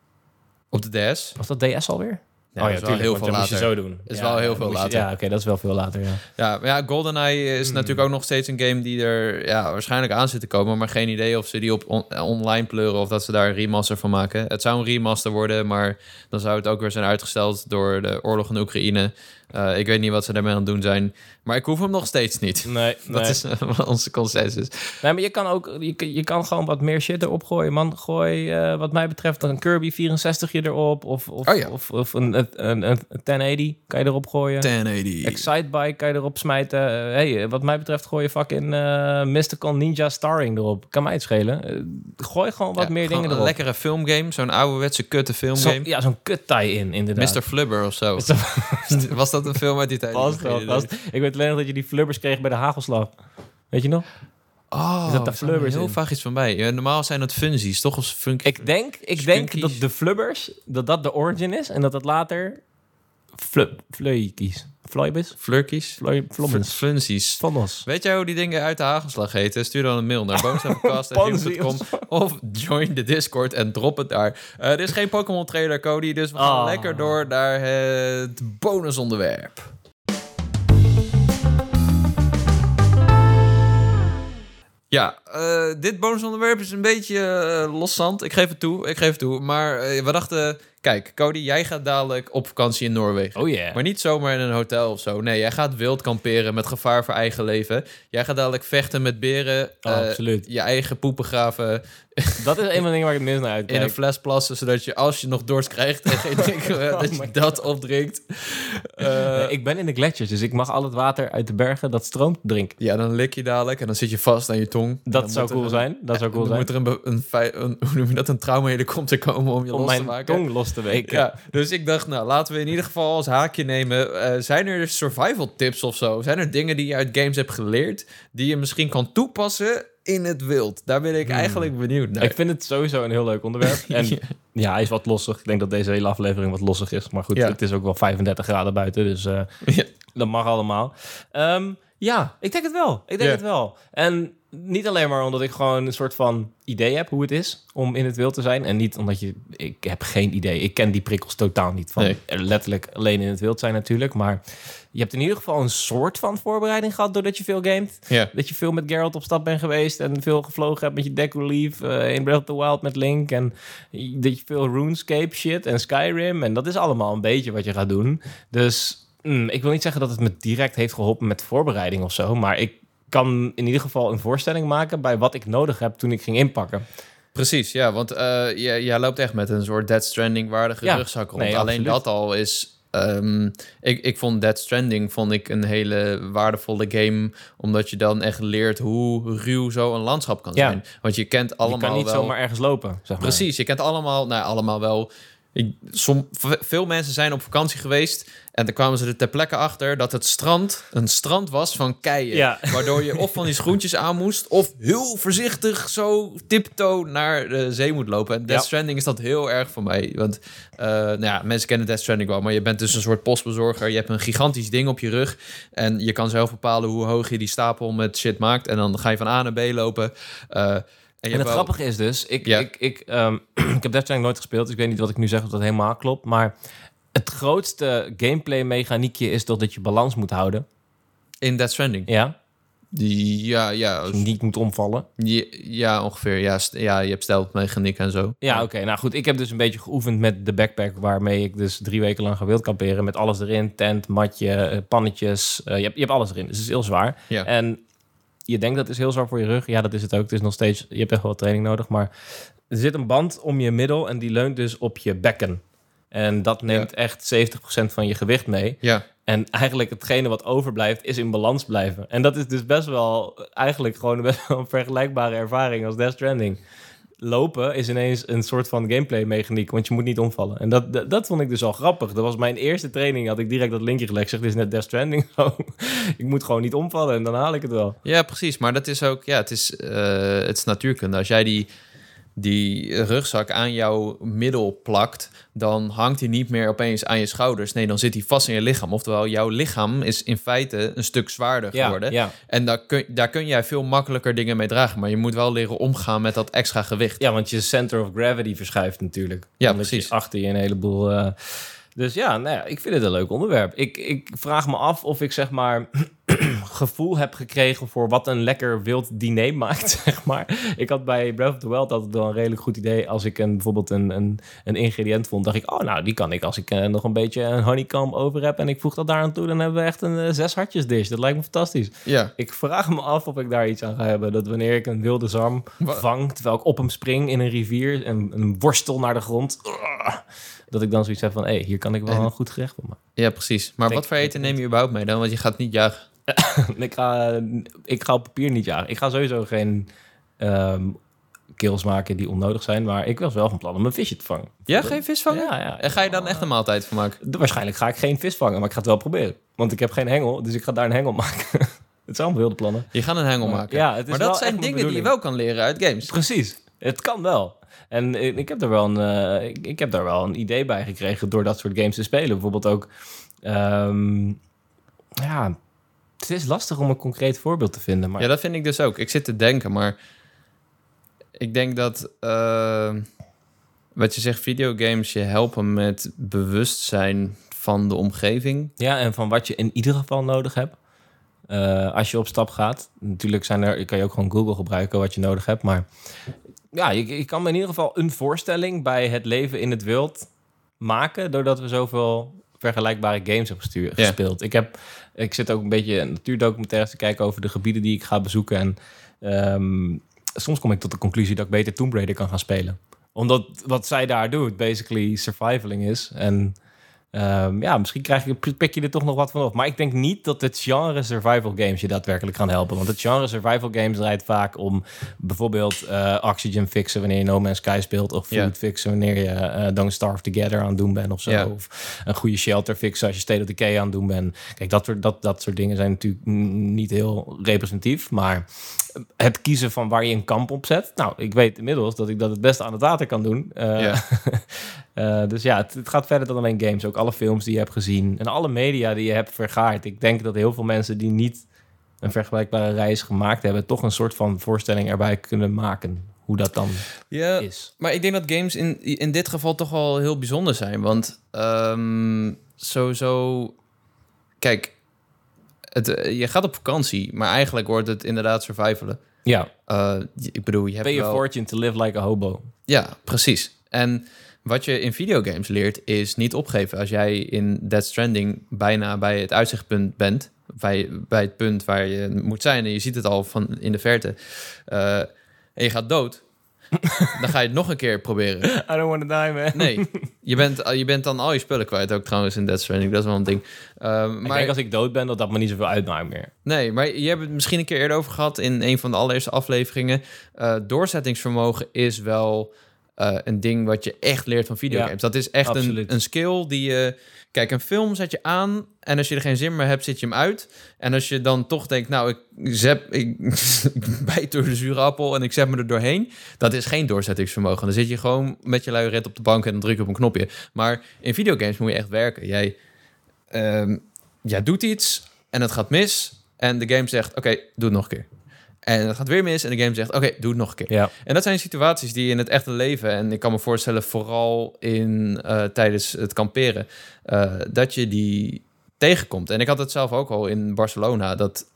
Op de D S. Was dat D S alweer? Ja, oh ja, natuurlijk heel veel later. Moest je zo doen. Is ja, wel heel ja, veel later. Je, ja, oké, okay, dat is wel veel later, ja. Ja, maar ja, GoldenEye is hmm. natuurlijk ook nog steeds een game die er ja, waarschijnlijk aan zit te komen, maar geen idee of ze die op on- online pleuren of dat ze daar een remaster van maken. Het zou een remaster worden, maar dan zou het ook weer zijn uitgesteld door de oorlog in Oekraïne. Uh, ik weet niet wat ze daarmee aan het doen zijn, maar ik hoef hem nog steeds niet. Nee, dat nee. is uh, onze consensus. Nee, maar je kan ook, je, je kan gewoon wat meer shit erop gooien, man. Gooi, uh, wat mij betreft, een Kirby vierenzestig erop, of, of, oh ja. of, of een, uh, een, een, een tien kan je erop gooien. tien tachtig. Excitebike kan je erop smijten. Uh, hey, wat mij betreft gooi je fucking uh, Mystical Ninja Starring erop. Kan mij het schelen. Uh, gooi gewoon wat ja, meer gewoon dingen een erop. lekkere filmgame. Zo'n ouderwetse kutte filmgame. Zo, ja, zo'n kut tie-in inderdaad. mister Flubber of zo. Was dat een film uit die tijd? Was wel, was, ik weet alleen nog dat je die flubbers kreeg bij de hagelslag. Weet je nog? Oh, dat de flubbers heel in. vaag iets van bij. Ja, normaal zijn het funsies, toch? Of fun- ik denk, ik denk dat de flubbers, dat dat de origin is. En dat dat later flu- fleuikies. Floibus? Flurkies? Flobbens. Funsies. Vonnos. Weet jij hoe die dingen uit de hagelslag heten? Stuur dan een mail naar boomstappenkast punt com of join de Discord en drop het daar. Uh, er is geen Pokémon trailer, Cody, dus we gaan oh. lekker door naar het bonusonderwerp. Ja, uh, dit bonusonderwerp is een beetje uh, loszand. Ik geef het toe, ik geef het toe. Maar uh, we dachten, kijk, Cody, jij gaat dadelijk op vakantie in Noorwegen. Oh yeah. Maar niet zomaar in een hotel of zo. Nee, jij gaat wild kamperen met gevaar voor eigen leven. Jij gaat dadelijk vechten met beren. Oh, uh, absoluut. Je eigen poepen graven. Dat is een van de dingen waar ik het minst naar uitkijk. In een fles plassen, zodat je als je nog dorst krijgt en geen drinken, oh dat je dat opdrinkt. Uh, nee, ik ben in de gletsjers, dus ik mag al het water uit de bergen dat stroomt drinken. Ja, dan lik je dadelijk en dan zit je vast aan je tong. Dat zou cool een, zijn. Dat zou cool dan zijn. moet er een, een, een, hoe noem je dat, een traumahelikopter komen om je om los mijn te maken. tong los te weken. Ja, dus ik dacht, nou, laten we in ieder geval als haakje nemen. Uh, zijn er survival tips of zo? Zijn er dingen die je uit games hebt geleerd die je misschien kan toepassen in het wild? Daar ben ik hmm. eigenlijk benieuwd naar. Ik vind het sowieso een heel leuk onderwerp. En ja. ja, hij is wat lossig. Ik denk dat deze hele aflevering wat lossig is. Maar goed, ja. het is ook wel vijfendertig graden buiten. Dus uh, ja. dat mag allemaal. Um, ja, ik denk het wel. Ik denk ja. het wel. En niet alleen maar omdat ik gewoon een soort van idee heb hoe het is om in het wild te zijn. En niet omdat je... Ik heb geen idee. Ik ken die prikkels totaal niet. Van nee. letterlijk alleen in het wild zijn natuurlijk. Maar je hebt in ieder geval een soort van voorbereiding gehad doordat je veel gamet. Ja. Dat je veel met Geralt op stap bent geweest en veel gevlogen hebt met je Deku Leaf uh, in Breath of the Wild met Link. En dat je veel RuneScape shit en Skyrim. En dat is allemaal een beetje wat je gaat doen. Dus mm, ik wil niet zeggen dat het me direct heeft geholpen met voorbereiding of zo. Maar ik kan in ieder geval een voorstelling maken bij wat ik nodig heb toen ik ging inpakken. Precies, ja, want uh, jij, jij loopt echt met een soort Death Stranding-waardige ja, rugzak rond. Nee, Alleen dat al is... Um, ik, ik vond Death Stranding vond ik een hele waardevolle game, omdat je dan echt leert hoe ruw zo'n landschap kan zijn. Ja. Want je kent allemaal wel... Je kan niet wel... zomaar ergens lopen, zeg maar. Precies, je kent allemaal... Nou, allemaal wel... Ik, som, veel mensen zijn op vakantie geweest en dan kwamen ze er ter plekke achter dat het strand een strand was van keien. Ja. Waardoor je of van die schoentjes aan moest of heel voorzichtig zo tiptoe naar de zee moet lopen. En Death ja. Stranding is dat heel erg voor mij. Want uh, nou ja, mensen kennen Death Stranding wel, maar je bent dus een soort postbezorger. Je hebt een gigantisch ding op je rug en je kan zelf bepalen hoe hoog je die stapel met shit maakt. En dan ga je van A naar B lopen. Uh, En, en het wel... grappige is dus, ik, ja. ik, ik, um, ik heb Death Stranding nooit gespeeld, dus ik weet niet wat ik nu zeg of dat helemaal klopt, maar het grootste gameplay-mechaniekje is toch dat je balans moet houden. In Death Stranding? Ja. Die, ja, ja. Dus je niet moet omvallen. Ja, ja ongeveer. Ja, st- ja, je hebt steltmechaniek en zo. Ja, oké. Okay. Nou goed, ik heb dus een beetje geoefend met de backpack, waarmee ik dus drie weken lang ga wild kamperen, met alles erin, tent, matje, pannetjes, uh, je, hebt, je hebt alles erin, dus het is heel zwaar. Ja. En je denkt dat is heel zwaar voor je rug. Ja, dat is het ook. Het is nog steeds... Je hebt echt wel training nodig. Maar er zit een band om je middel en die leunt dus op je bekken. En dat neemt ja. echt zeventig procent van je gewicht mee. Ja. En eigenlijk hetgene wat overblijft is in balans blijven. En dat is dus best wel... Eigenlijk gewoon best wel een vergelijkbare ervaring als Death Stranding. Lopen is ineens een soort van gameplay-mechaniek, want je moet niet omvallen. En dat, dat, dat vond ik dus al grappig. Dat was mijn eerste training, had ik direct dat linkje gelegd. Ik zeg, dit is net Death Stranding. Ik moet gewoon niet omvallen en dan haal ik het wel. Ja, precies. Maar dat is ook, ja, het is, uh, het is natuurkunde. Als jij die, die rugzak aan jouw middel plakt, dan hangt hij niet meer opeens aan je schouders. Nee, dan zit hij vast in je lichaam. Oftewel, jouw lichaam is in feite een stuk zwaarder geworden. Ja, ja. En daar kun, daar kun jij veel makkelijker dingen mee dragen. Maar je moet wel leren omgaan met dat extra gewicht. Ja, want je center of gravity verschuift natuurlijk. Ja, Omdat precies. Je achter je een heleboel... Uh... Dus ja, nou ja, ik vind het een leuk onderwerp. Ik, ik vraag me af of ik zeg maar gevoel heb gekregen voor wat een lekker wild diner maakt, zeg maar. Ik had bij Breath of the Wild altijd wel een redelijk goed idee. Als ik een, bijvoorbeeld een, een, een ingrediënt vond, dacht ik, oh nou, die kan ik als ik uh, nog een beetje een honeycomb over heb en ik voeg dat daar aan toe, dan hebben we echt een uh, zes hartjes dish. Dat lijkt me fantastisch. Ja. Ik vraag me af of ik daar iets aan ga hebben. Dat wanneer ik een wilde zalm vang, terwijl ik op hem spring in een rivier en een worstel naar de grond... Uh, dat ik dan zoiets heb van... hé, hey, hier kan ik wel en... een goed gerecht van maken. Ja, precies. Maar Denk, wat voor eten neem je überhaupt mee dan? Want je gaat niet jagen. ik, ga, ik ga op papier niet jagen. Ik ga sowieso geen um, kills maken die onnodig zijn. Maar ik was wel van plan om een visje te vangen. Ja, geen vis vangen? Ja, ja. En ga je dan echt een maaltijd van maken? Waarschijnlijk ga ik geen vis vangen, maar ik ga het wel proberen. Want ik heb geen hengel, dus ik ga daar een hengel maken. Het zijn allemaal wilde plannen. Je gaat een hengel maar, maken? Ja, het is maar wel dat zijn dingen die je wel kan leren uit games. Precies. Het kan wel. En ik heb, er wel een, uh, ik, ik heb daar wel een idee bij gekregen door dat soort games te spelen. Bijvoorbeeld ook... Um, ja, het is lastig om een concreet voorbeeld te vinden. Maar... Ja, dat vind ik dus ook. Ik zit te denken, maar... Ik denk dat... Uh, wat je zegt, videogames je helpen met bewustzijn van de omgeving. Ja, en van wat je in ieder geval nodig hebt. Uh, als je op stap gaat. Natuurlijk zijn er, kan je ook gewoon Google gebruiken wat je nodig hebt. Maar ja, je, je kan me in ieder geval een voorstelling bij het leven in het wild maken. Doordat we zoveel vergelijkbare games hebben gestuur, yeah. gespeeld. Ik, heb, ik zit ook een beetje natuurdocumentaires te kijken over de gebieden die ik ga bezoeken. En um, soms kom ik tot de conclusie dat ik beter Tomb Raider kan gaan spelen. Omdat wat zij daar doet, basically survivaling is. En um, ja, misschien krijg je, pik je er toch nog wat van op. Maar ik denk niet dat het genre survival games je daadwerkelijk gaan helpen. Want het genre survival games draait vaak om bijvoorbeeld uh, oxygen fixen wanneer je No Man's Sky speelt. Of food yeah. fixen wanneer je uh, Don't Starve Together aan het doen bent of zo. Yeah. Of een goede shelter fixen als je State of Decay aan het doen bent. Kijk, dat, dat, dat soort dingen zijn natuurlijk niet heel representatief. Maar het kiezen van waar je een kamp op zet. Nou, ik weet inmiddels dat ik dat het beste aan het water kan doen. Uh, yeah. uh, dus ja, het, het gaat verder dan alleen games. Ook alle films die je hebt gezien en alle media die je hebt vergaard. Ik denk dat heel veel mensen die niet een vergelijkbare reis gemaakt hebben, toch een soort van voorstelling erbij kunnen maken. Hoe dat dan ja, is. Maar ik denk dat games in, in dit geval toch wel heel bijzonder zijn. Want um, sowieso... Kijk... Het, je gaat op vakantie, maar eigenlijk wordt het inderdaad survivalen. Ja. Uh, ik bedoel, je hebt Pay wel... a fortune to live like a hobo. Ja, precies. En wat je in videogames leert, is niet opgeven. Als jij in Death Stranding bijna bij het uitzichtpunt bent, bij, bij het punt waar je moet zijn, en je ziet het al van in de verte, uh, en je gaat dood, dan ga je het nog een keer proberen. I don't want to die, man. Nee, je bent, je bent dan al je spullen kwijt, ook trouwens in Death Stranding. Dat is wel een ding. Uh, ik maar denk als ik dood ben, dat dat me niet zoveel uitmaakt meer. Nee, maar je hebt het misschien een keer eerder over gehad in een van de allereerste afleveringen. Uh, doorzettingsvermogen is wel uh, een ding wat je echt leert van videogames. Ja, dat is echt een, een skill die je... Kijk, een film zet je aan en als je er geen zin meer hebt, zet je hem uit. En als je dan toch denkt, nou, ik, zep, ik bijt door de zure appel en ik zet me er doorheen. Dat is geen doorzettingsvermogen. Dan zit je gewoon met je luie red op de bank en dan druk je op een knopje. Maar in videogames moet je echt werken. Jij, um, jij doet iets en het gaat mis. En de game zegt, oké, okay, doe het nog een keer. En het gaat weer mis en de game zegt, oké, okay, doe het nog een keer. Ja. En dat zijn situaties die in het echte leven... en ik kan me voorstellen, vooral in uh, tijdens het kamperen... Uh, dat je die tegenkomt. En ik had het zelf ook al in Barcelona... dat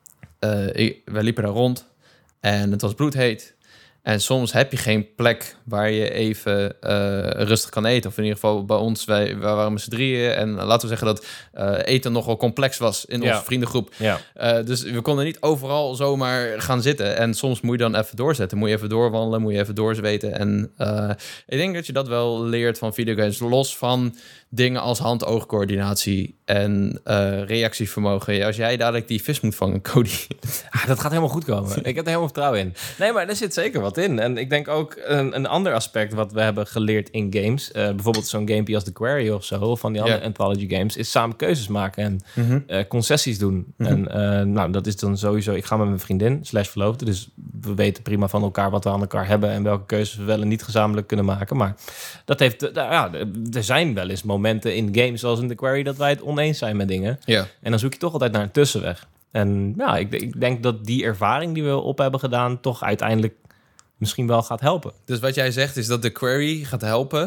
uh, ik, wij liepen daar rond en het was bloedheet... En soms heb je geen plek waar je even uh, rustig kan eten. Of in ieder geval bij ons, wij, wij waren met z'n drieën. En laten we zeggen dat uh, eten nogal complex was in onze ja. vriendengroep. Ja. Uh, dus we konden niet overal zomaar gaan zitten. En soms moet je dan even doorzetten. Moet je even doorwandelen, moet je even doorzweten. En uh, ik denk dat je dat wel leert van videogames. Los van dingen als hand-oogcoördinatie en uh, reactievermogen. Als jij dadelijk die vis moet vangen, Cody. Ah, dat gaat helemaal goed komen. Ik heb er helemaal vertrouwen in. Nee, maar er zit zeker wat in. En ik denk ook een, een ander aspect wat we hebben geleerd in games. Uh, bijvoorbeeld zo'n gamepje als The Quarry of zo, van die andere yeah. anthology games, is samen keuzes maken en mm-hmm. uh, concessies doen. Mm-hmm. En uh, nou, dat is dan sowieso... Ik ga met mijn vriendin, slash verloofde, dus we weten prima van elkaar wat we aan elkaar hebben en welke keuzes we wel en niet gezamenlijk kunnen maken. Maar dat heeft... Uh, ja, er zijn wel eens momenten in games zoals in The Quarry dat wij het oneens zijn met dingen. Yeah. En dan zoek je toch altijd naar een tussenweg. En ja, ik, ik denk dat die ervaring die we op hebben gedaan toch uiteindelijk misschien wel gaat helpen. Dus wat jij zegt is dat de Quarry gaat helpen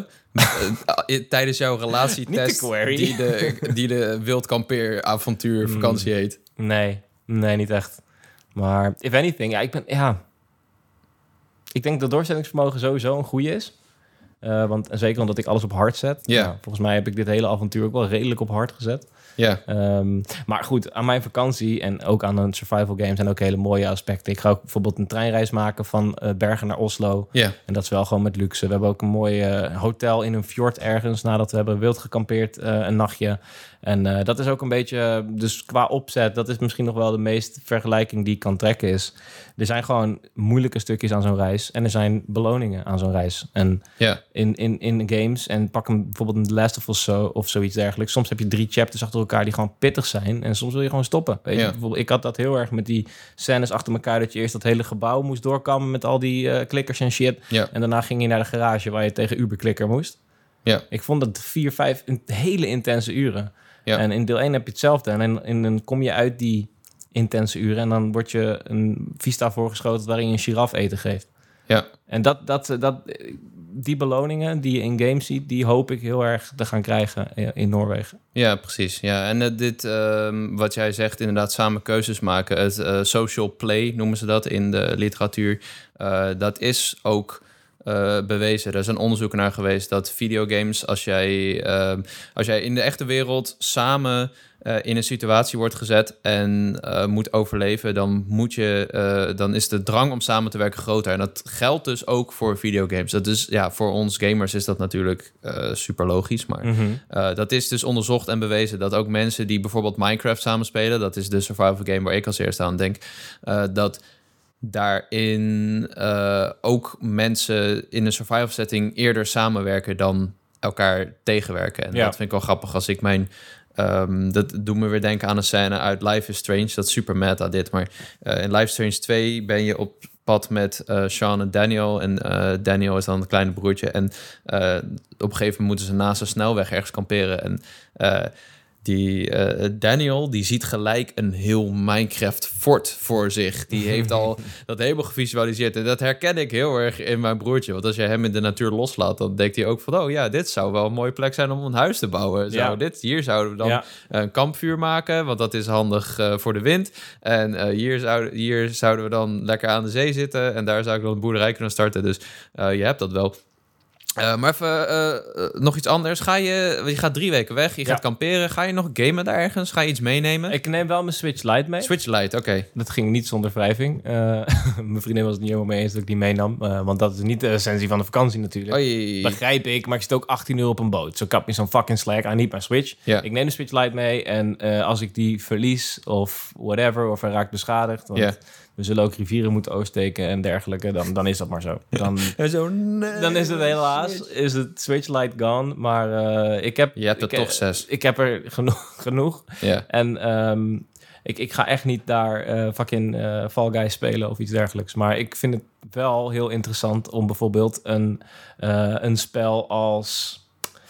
uh, tijdens jouw relatietest de die de, die de wildkampeeravontuur vakantie mm, heet. Nee, nee, niet echt. Maar if anything, ja, ik ben ja. Ik denk dat doorzettingsvermogen sowieso een goede is. Uh, want en zeker omdat ik alles op hard zet. Yeah. Nou, volgens mij heb ik dit hele avontuur ook wel redelijk op hard gezet. Ja. Um, maar goed, aan mijn vakantie en ook aan een survival game zijn ook hele mooie aspecten. Ik ga ook bijvoorbeeld een treinreis maken van uh, Bergen naar Oslo. Ja. En dat is wel gewoon met luxe. We hebben ook een mooi uh, hotel in een fjord ergens nadat we hebben wild gekampeerd uh, een nachtje. En uh, dat is ook een beetje, dus qua opzet, dat is misschien nog wel de meest vergelijking die ik kan trekken is. Er zijn gewoon moeilijke stukjes aan zo'n reis en er zijn beloningen aan zo'n reis. En ja. in, in, in games, en pak hem bijvoorbeeld in The Last of Us zo, of zoiets dergelijks. Soms heb je drie chapters achter elkaar die gewoon pittig zijn en soms wil je gewoon stoppen. Weet je? Ja. Bijvoorbeeld, ik had dat heel erg met die scènes achter elkaar, dat je eerst dat hele gebouw moest doorkammen met al die uh, klikkers en shit. Ja. En daarna ging je naar de garage waar je tegen Uber-klikker moest. Ja. Ik vond dat vier, vijf hele intense uren. Ja. En in deel één heb je hetzelfde. En, en dan kom je uit die intense uren en dan word je een Vista voorgeschoten waarin je een giraf eten geeft. Ja. En dat, dat, dat, die beloningen die je in games ziet, die hoop ik heel erg te gaan krijgen in Noorwegen. Ja, precies. Ja. En uh, dit, uh, wat jij zegt, inderdaad samen keuzes maken. Het uh, social play noemen ze dat in de literatuur. Uh, dat is ook Uh, bewezen. Er is een onderzoek naar geweest dat videogames, als jij, uh, als jij in de echte wereld samen uh, in een situatie wordt gezet en uh, moet overleven, dan moet je, uh, dan is de drang om samen te werken groter. En dat geldt dus ook voor videogames. Dat is, ja, voor ons gamers is dat natuurlijk uh, super logisch, maar Mm-hmm. uh, dat is dus onderzocht en bewezen dat ook mensen die bijvoorbeeld Minecraft samen spelen, dat is de survival game waar ik als eerste aan denk, uh, dat daarin uh, ook mensen in een survival setting eerder samenwerken dan elkaar tegenwerken. En ja. dat vind ik wel grappig als ik mijn... Um, dat doet me weer denken aan een scène uit Life is Strange. Dat is super meta dit, maar uh, in Life is Strange twee ben je op pad met uh, Sean en Daniel. En uh, Daniel is dan het kleine broertje. En uh, op een gegeven moment moeten ze naast een snelweg ergens kamperen. En uh, Die uh, Daniel, die ziet gelijk een heel Minecraft fort voor zich. Die heeft al dat helemaal gevisualiseerd. En dat herken ik heel erg in mijn broertje. Want als je hem in de natuur loslaat, dan denkt hij ook van... oh ja, dit zou wel een mooie plek zijn om een huis te bouwen. Zo, ja. dit, hier zouden we dan ja. een kampvuur maken, want dat is handig uh, voor de wind. En uh, hier, zou, hier zouden we dan lekker aan de zee zitten. En daar zou ik dan een boerderij kunnen starten. Dus uh, je hebt dat wel... Uh, maar even uh, uh, nog iets anders. Ga je, je gaat drie weken weg, je ja. gaat kamperen. Ga je nog gamen daar ergens? Ga je iets meenemen? Ik neem wel mijn Switch Lite mee. Switch Lite, oké. Okay. Dat ging niet zonder wrijving. Uh, mijn vriendin was het niet helemaal mee eens dat ik die meenam. Uh, want dat is niet de essentie van de vakantie natuurlijk. Oei. Begrijp ik, maar ik zit ook achttien uur op een boot. Zo kap me zo'n fucking slack aan, niet mijn Switch. Ja. Ik neem de Switch Lite mee en uh, als ik die verlies of whatever, of hij raakt beschadigd... Want, ja. we zullen ook rivieren moeten oversteken en dergelijke. Dan, dan is dat maar zo. Dan, ja, zo nee, dan is het helaas Switch. Is het Switch Lite gone. Maar uh, ik heb... Je hebt er ik, toch zes. Ik heb er genoeg. genoeg. Ja. En um, ik, ik ga echt niet daar uh, fucking uh, Fall Guys spelen of iets dergelijks. Maar ik vind het wel heel interessant om bijvoorbeeld een, uh, een spel als...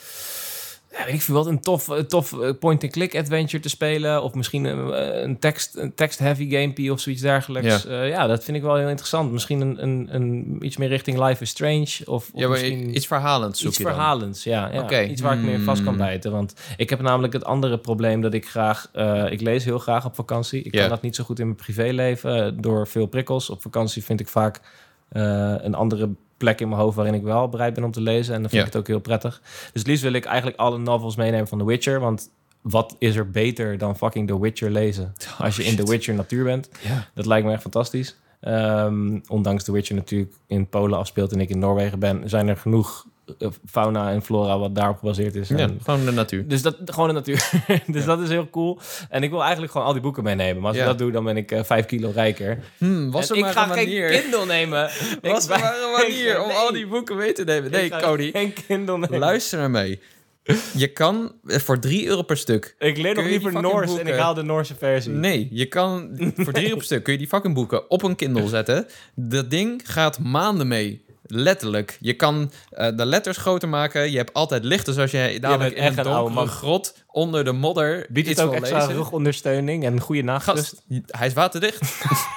Ja, weet ik veel wat, een tof, een tof point-and-click adventure te spelen. Of misschien een, een text, een text-heavy gamepie of zoiets dergelijks. Ja. Uh, ja, dat vind ik wel heel interessant. Misschien een, een, een iets meer richting Life is Strange. Of, of ja, maar misschien iets verhalends zoek iets je dan? verhalends, ja. ja. Okay. Iets waar ik meer vast kan bijten. Want ik heb namelijk het andere probleem dat ik graag... Uh, ik lees heel graag op vakantie. Ik ja. kan dat niet zo goed in mijn privéleven uh, door veel prikkels. Op vakantie vind ik vaak uh, een andere... plek in mijn hoofd waarin ik wel bereid ben om te lezen. En dan vind ja. ik het ook heel prettig. Dus liefst wil ik eigenlijk alle novels meenemen van The Witcher. Want wat is er beter dan fucking The Witcher lezen? Oh, als je shit. in The Witcher natuur bent. Ja. Dat lijkt me echt fantastisch. Um, ondanks The Witcher natuurlijk in Polen afspeelt en ik in Noorwegen ben... zijn er genoeg fauna en flora wat daarop gebaseerd is. Ja, en, gewoon de natuur. Dus dat, gewoon de natuur. dus ja. dat is heel cool. En ik wil eigenlijk gewoon al die boeken meenemen. Maar als ja. ik dat doe, dan ben ik uh, vijf kilo rijker. Hmm, was er en maar ik ga een manier. geen Kindle nemen. Was er maar een manier om nee. al die boeken mee te nemen. Nee, Cody. Geen Kindle nemen. Luister naar mij. Je kan voor drie euro per stuk... Ik leer nog liever Noors boeken. En ik haal de Noorse versie. Nee, je kan voor drie euro per stuk kun je die fucking boeken op een Kindle zetten. Dat ding gaat maanden mee. Letterlijk. Je kan uh, de letters groter maken. Je hebt altijd licht. Dus als je dadelijk in een donkere grot onder de modder biedt het ook extra lezen. rugondersteuning en goede nachtrust. Gast, hij is waterdicht.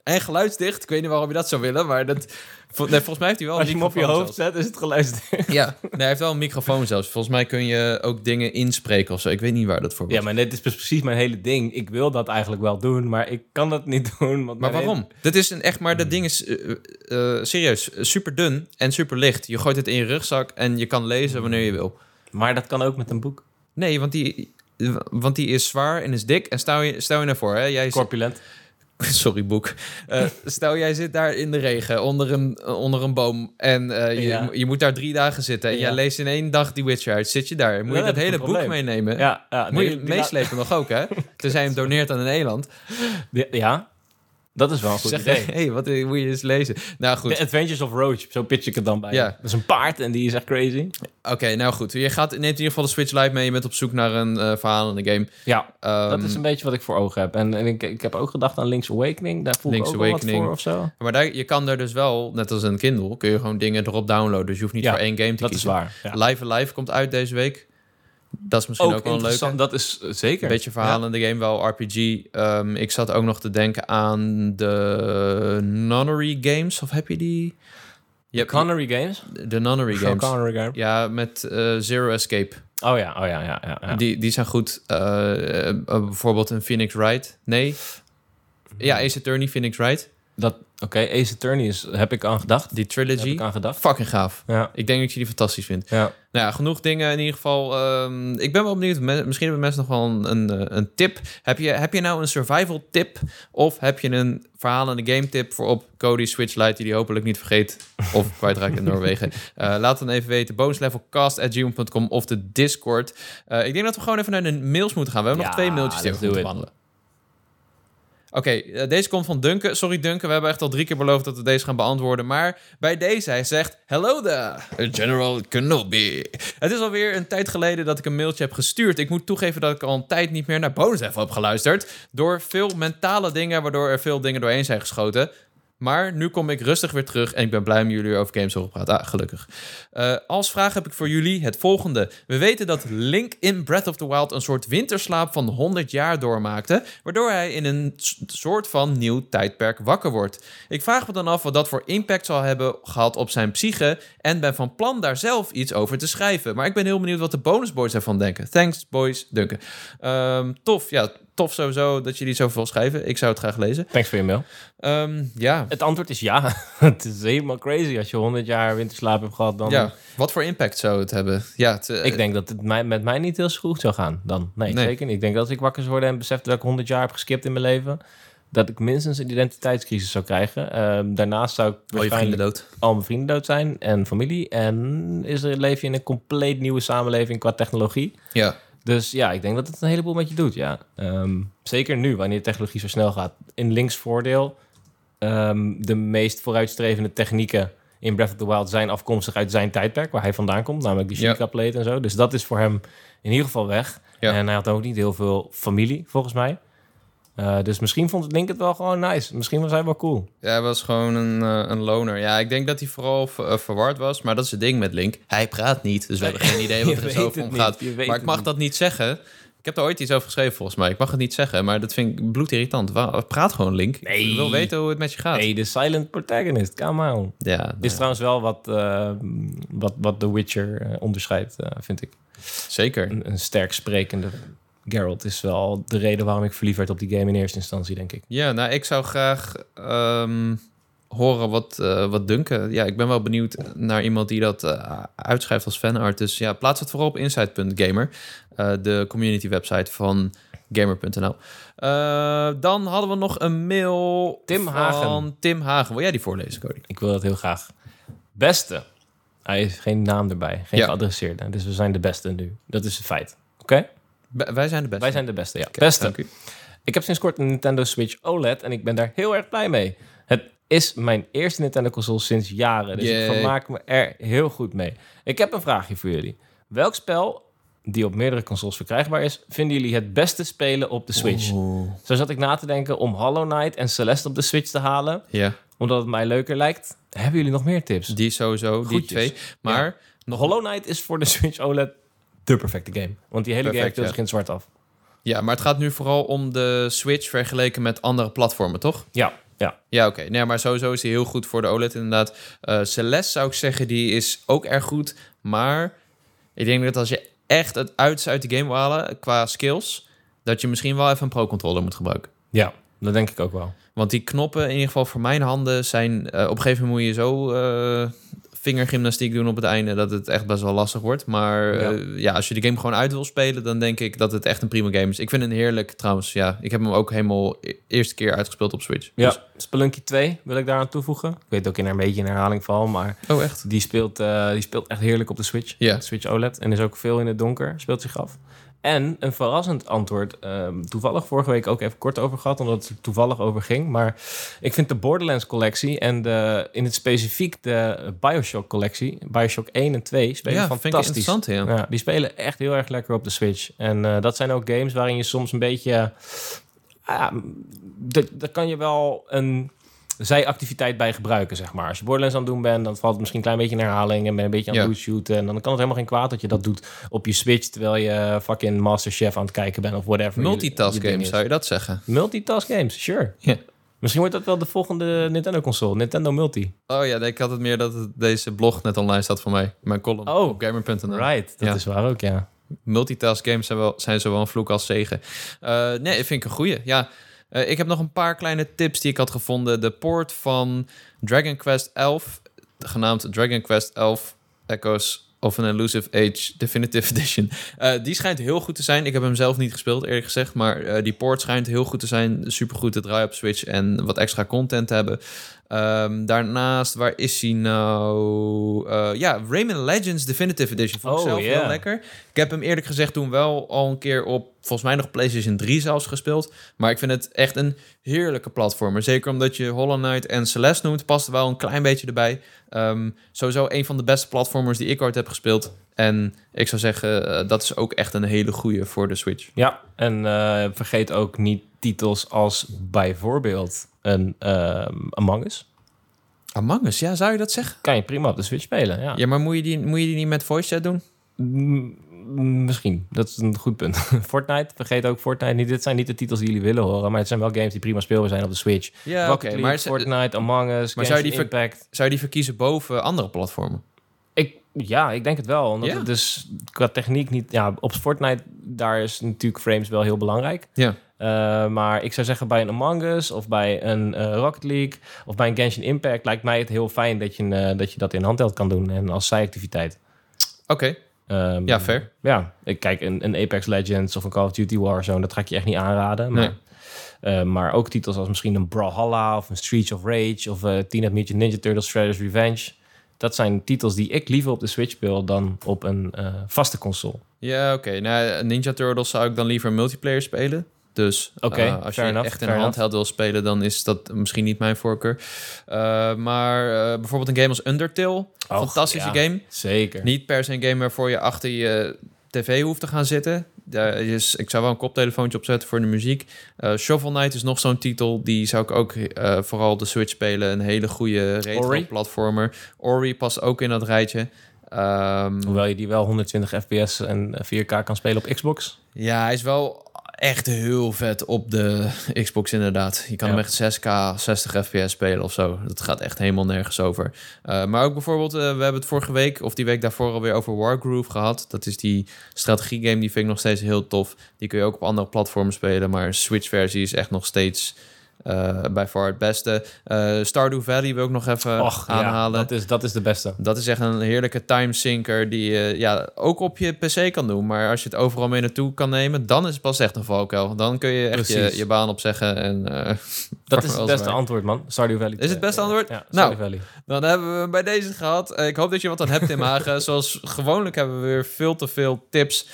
En geluidsdicht. Ik weet niet waarom je dat zou willen, maar dat... Nee, volgens mij heeft hij wel een Als je hem op je hoofd zelfs. zet, is het geluidsdicht. Ja, nee, hij heeft wel een microfoon zelfs. Volgens mij kun je ook dingen inspreken of zo. Ik weet niet waar dat voor was. Ja, maar dit is precies mijn hele ding. Ik wil dat eigenlijk wel doen, maar ik kan dat niet doen. Want Maar waarom? Hele... Dit is een echt, maar dat ding is uh, uh, serieus super dun en super licht. Je gooit het in je rugzak en je kan lezen wanneer je wil. Maar dat kan ook met een boek. Nee, want die, want die is zwaar en is dik. En stel je, stel je nou voor, hè? Jij corpulent. Sorry, boek. Uh, stel, jij zit daar in de regen onder een, onder een boom en uh, je, ja. je moet daar drie dagen zitten en ja. jij leest in één dag die Witcher uit. Zit je daar? Moet je dat, dat hele boek meenemen? Ja, ja, moet je nee, meeslepen la- nog ook, hè? Tenzij je hem doneert aan een eland. Ja, dat is wel een goed zeg, idee. Hé, hey, wat moet je eens lezen? Nou goed. The Adventures of Roach, zo pitch ik het dan bij. Ja. Dat is een paard en die is echt crazy. Oké, okay, nou goed. Je gaat, neemt in ieder geval de Switch Lite mee. Je bent op zoek naar een uh, verhaal in de game. Ja, um, dat is een beetje wat ik voor ogen heb. En, en ik, ik heb ook gedacht aan Link's Awakening. Daar voel Link's ik ook Awakening. wel wat voor of zo. Maar daar, je kan er dus wel, net als een Kindle, kun je gewoon dingen erop downloaden. Dus je hoeft niet ja, voor één game te dat kiezen. Dat is waar. Ja. Live Alive komt uit deze week. Dat is misschien ook, ook wel een leuke. Dat is uh, zeker. Een beetje verhaal in ja. de game, wel R P G. Um, ik zat ook nog te denken aan de Nonary games. Of heb je die? De Connery games? De Nonary Of games. Connery game. Ja, met uh, Zero Escape. Oh ja, oh ja, ja. ja, ja. Die, die zijn goed. Uh, uh, bijvoorbeeld een Phoenix Wright. Nee. Ja, Ace Attorney, Phoenix Wright. Dat, Oké, okay, Ace Attorney is, heb ik aan gedacht. Die trilogy. Heb ik aan gedacht. Fucking gaaf. Ja. Ik denk dat je die fantastisch vindt. Ja. Nou ja, genoeg dingen in ieder geval. Um, ik ben wel benieuwd. Misschien hebben mensen nog wel een, een, een tip. Heb je, heb je nou een survival tip? Of heb je een verhaal en een game tip voor op Cody Switch Lite, die die hopelijk niet vergeet of kwijtraakt in Noorwegen? Uh, laat dan even weten. bonuslevelcast at gmail dot com of de Discord. Uh, ik denk dat we gewoon even naar de mails moeten gaan. We hebben ja, nog twee mailtjes die we moeten behandelen. Oké, okay, uh, deze komt van Duncan. Sorry Duncan, we hebben echt al drie keer beloofd dat we deze gaan beantwoorden. Maar bij deze, hij zegt... Hello there, General Kenobi. Het is alweer een tijd geleden dat ik een mailtje heb gestuurd. Ik moet toegeven dat ik al een tijd niet meer naar Bonus Level heb geluisterd. Door veel mentale dingen, waardoor er veel dingen doorheen zijn geschoten. Maar nu kom ik rustig weer terug en ik ben blij met jullie over games horen praten. Ah, gelukkig. Uh, als vraag heb ik voor jullie het volgende. We weten dat Link in Breath of the Wild een soort winterslaap van honderd jaar doormaakte, waardoor hij in een soort van nieuw tijdperk wakker wordt. Ik vraag me dan af wat dat voor impact zal hebben gehad op zijn psyche en ben van plan daar zelf iets over te schrijven. Maar ik ben heel benieuwd wat de bonusboys ervan denken. Thanks, boys. Duncan. Um, tof, ja... Tof sowieso dat jullie zoveel schrijven. Ik zou het graag lezen. Thanks voor je mail. Um, ja. Het antwoord is ja. Het is helemaal crazy. Als je honderd jaar winterslaap hebt gehad, dan... Ja, wat voor impact zou het hebben? Ja, het, uh... Ik denk dat het mij, met mij niet heel goed zou gaan dan. Nee, nee, zeker niet. Ik denk dat als ik wakker zou worden en besefte dat ik honderd jaar heb geskipt in mijn leven, dat ik minstens een identiteitscrisis zou krijgen. Um, daarnaast zou ik al je vrienden dood. al mijn vrienden dood zijn en familie. En is er, leef je in een compleet nieuwe samenleving qua technologie. Ja. Dus ja, ik denk dat het een heleboel met je doet, ja. Um, zeker nu, wanneer technologie zo snel gaat. In Link's voordeel, um, de meest vooruitstrevende technieken in Breath of the Wild zijn afkomstig uit zijn tijdperk, waar hij vandaan komt, namelijk die Sheikah-plate en zo. Dus dat is voor hem in ieder geval weg. Ja. En hij had ook niet heel veel familie, volgens mij. Uh, dus misschien vond Link het wel gewoon nice. Misschien was hij wel cool. Ja, hij was gewoon een, uh, een loner. Ja, ik denk dat hij vooral v- uh, verward was. Maar dat is het ding met Link. Hij praat niet, dus we hebben geen idee wat er zo om gaat. Maar ik mag niet. dat niet zeggen. Ik heb er ooit iets over geschreven, volgens mij. Ik mag het niet zeggen, maar dat vind ik bloedirritant. Praat gewoon, Link. Nee. Ik wil weten hoe het met je gaat. Nee, de silent protagonist. Come on. Ja, nou. Is trouwens wel wat, uh, wat, wat The Witcher uh, onderscheidt, uh, vind ik. Zeker. Een, een sterk sprekende Geralt is wel de reden waarom ik verliefd werd op die game in eerste instantie, denk ik. Ja, nou, ik zou graag um, horen wat, uh, wat Duncan... Ja, ik ben wel benieuwd naar iemand die dat uh, uitschrijft als fanart. Dus ja, plaats het vooral op insight punt gamer. Uh, de community website van gamer punt n l. Uh, dan hadden we nog een mail Tim van Hagen. Tim Hagen. Wil jij die voorlezen, Cody? Ik wil dat heel graag. Beste. Hij heeft geen naam erbij. Geen ja. geadresseerde. Dus we zijn de beste nu. Dat is een feit. Oké? Okay? Be- wij zijn de beste. Wij zijn de beste, ja. Okay, beste. Ik heb sinds kort een Nintendo Switch O L E D en ik ben daar heel erg blij mee. Het is mijn eerste Nintendo console sinds jaren. Dus Yay. ik vermaak me er heel goed mee. Ik heb een vraagje voor jullie. Welk spel die op meerdere consoles verkrijgbaar is, vinden jullie het beste spelen op de Switch? Oh. Zo zat ik na te denken om Hollow Knight en Celeste op de Switch te halen. Ja. Omdat het mij leuker lijkt. Hebben jullie nog meer tips? Die sowieso, Goedjes. die twee. Maar ja. nog... Hollow Knight is voor de Switch O L E D de perfecte game. Want die hele Perfect, game speelt ja. zich in zwart af. Ja, maar het gaat nu vooral om de Switch vergeleken met andere platformen, toch? Ja. Ja, ja oké. Okay. Nee, maar sowieso is hij heel goed voor de O L E D inderdaad. Uh, Celeste zou ik zeggen, die is ook erg goed. Maar ik denk dat als je echt het uiterste uit de game wil halen qua skills, dat je misschien wel even een Pro-controller moet gebruiken. Ja, dat denk ik ook wel. Want die knoppen, in ieder geval voor mijn handen, zijn... Uh, op een gegeven moment moet je zo uh, vingergymnastiek doen op het einde, dat het echt best wel lastig wordt. Maar ja. Uh, ja, als je de game gewoon uit wil spelen, dan denk ik dat het echt een prima game is. Ik vind het heerlijk trouwens. Ja, ik heb hem ook helemaal e- eerste keer uitgespeeld op Switch. Ja, dus. Spelunky twee wil ik daaraan toevoegen. Ik weet ook in een beetje een herhaling van, maar... Oh, echt? Die speelt, uh, die speelt echt heerlijk op de Switch. Ja. De Switch O L E D. En is ook veel in het donker. Speelt zich af. En een verrassend antwoord. Um, toevallig vorige week ook even kort over gehad, omdat het er toevallig over ging. Maar ik vind de Borderlands collectie en de, in het specifiek de Bioshock collectie, Bioshock één en twee, spelen ja, fantastisch. Vind ik interessant, ja. Ja, die spelen echt heel erg lekker op de Switch. En uh, dat zijn ook games waarin je soms een beetje... Uh, daar kan je wel een zijactiviteit bij gebruiken, zeg maar. Als je Borderlands aan het doen bent, dan valt het misschien een klein beetje in herhaling en ben je een beetje aan het ja. loot shooten. En dan kan het helemaal geen kwaad dat je dat doet op je Switch, terwijl je fucking Masterchef aan het kijken bent of whatever. Multitask je, je games, zou je dat zeggen? Multitask games, sure. Ja. Misschien wordt dat wel de volgende Nintendo-console, Nintendo Multi. Oh ja, ik had het meer dat het deze blog net online staat voor mij. Mijn column oh, op gamer punt n l. Right, dat ja. is waar ook, ja. Multitask games zijn, wel, zijn zowel een vloek als zegen. Uh, nee, vind ik een goeie. Ja, uh, ik heb nog een paar kleine tips die ik had gevonden. De port van Dragon Quest elf, genaamd Dragon Quest elf Echoes of an Elusive Age Definitive Edition. Uh, die schijnt heel goed te zijn. Ik heb hem zelf niet gespeeld, eerlijk gezegd. Maar uh, die port schijnt heel goed te zijn. Supergoed te draaien op Switch en wat extra content te hebben. Um, daarnaast, waar is hij nou? Uh, ja, Rayman Legends Definitive Edition. Vond ik oh, zelf yeah. heel lekker. Ik heb hem eerlijk gezegd toen wel al een keer op, volgens mij nog PlayStation drie zelfs gespeeld. Maar ik vind het echt een heerlijke platformer. Zeker omdat je Hollow Knight en Celeste noemt, past er wel een klein beetje erbij. Um, sowieso een van de beste platformers die ik ooit heb gespeeld. En ik zou zeggen, uh, dat is ook echt een hele goeie voor de Switch. Ja, en uh, vergeet ook niet titels als bijvoorbeeld een uh, Among Us. Among Us, ja, zou je dat zeggen? Kan je prima op de Switch spelen, ja. Ja, maar moet je die, moet je die niet met voice chat doen? M- misschien, dat is een goed punt. Fortnite, vergeet ook Fortnite niet. Dit zijn niet de titels die jullie willen horen, maar het zijn wel games die prima speelbaar zijn op de Switch. Ja, Rocket okay, League, maar Fortnite, Among Us, maar zou je, die ver- Impact. zou je die verkiezen boven andere platformen? Ik, ja, ik denk het wel. Omdat ja. het dus qua techniek niet... Ja, op Fortnite, daar is natuurlijk frames wel heel belangrijk. Ja. Uh, maar ik zou zeggen bij een Among Us of bij een uh, Rocket League of bij een Genshin Impact lijkt mij het heel fijn dat je, uh, dat, je dat in handheld kan doen en als zijactiviteit. Oké. Okay. Um, ja, fair. Ja, ik kijk, een, een Apex Legends of een Call of Duty Warzone, dat ga ik je echt niet aanraden. Maar, nee. uh, maar ook titels als misschien een Brawlhalla of een Streets of Rage of uh, Teenage Mutant Ninja Turtles Shredder's Revenge. Dat zijn titels die ik liever op de Switch speel dan op een uh, vaste console. Ja, oké. Okay. Nou, Ninja Turtles zou ik dan liever multiplayer spelen. Dus okay, uh, als je enough, echt in een handheld wil spelen, dan is dat misschien niet mijn voorkeur. Uh, maar uh, bijvoorbeeld een game als Undertale. Och, fantastische ja, game. Zeker. Niet per se een game waarvoor je achter je tv hoeft te gaan zitten. Uh, dus ik zou wel een koptelefoontje opzetten voor de muziek. Uh, Shovel Knight is nog zo'n titel. Die zou ik ook uh, vooral op de Switch spelen. Een hele goede retro-platformer. Ori past ook in dat rijtje. Um, Hoewel je die wel honderdtwintig F P S en vier K kan spelen op Xbox. Ja, hij is wel echt heel vet op de Xbox inderdaad. Je kan ja. hem echt zes K, zestig F P S spelen of zo. Dat gaat echt helemaal nergens over. Uh, maar ook bijvoorbeeld, uh, we hebben het vorige week of die week daarvoor alweer over Wargroove gehad. Dat is die strategiegame, die vind ik nog steeds heel tof. Die kun je ook op andere platformen spelen, maar Switch-versie is echt nog steeds Uh, bij far het beste. Uh, Stardew Valley wil ik nog even Och, aanhalen. Ja, dat, is, dat is de beste. Dat is echt een heerlijke timesinker die je uh, ja, ook op je P C kan doen. Maar als je het overal mee naartoe kan nemen, dan is het pas echt een valkuil. Dan kun je echt je, je baan opzeggen. En, uh, dat is het beste waar. antwoord, man. Stardew Valley. Is het beste antwoord? Ja, nou, Valley. Dan hebben we bij deze gehad. Uh, ik hoop dat je wat aan hebt in magen. Zoals gewoonlijk hebben we weer veel te veel tips.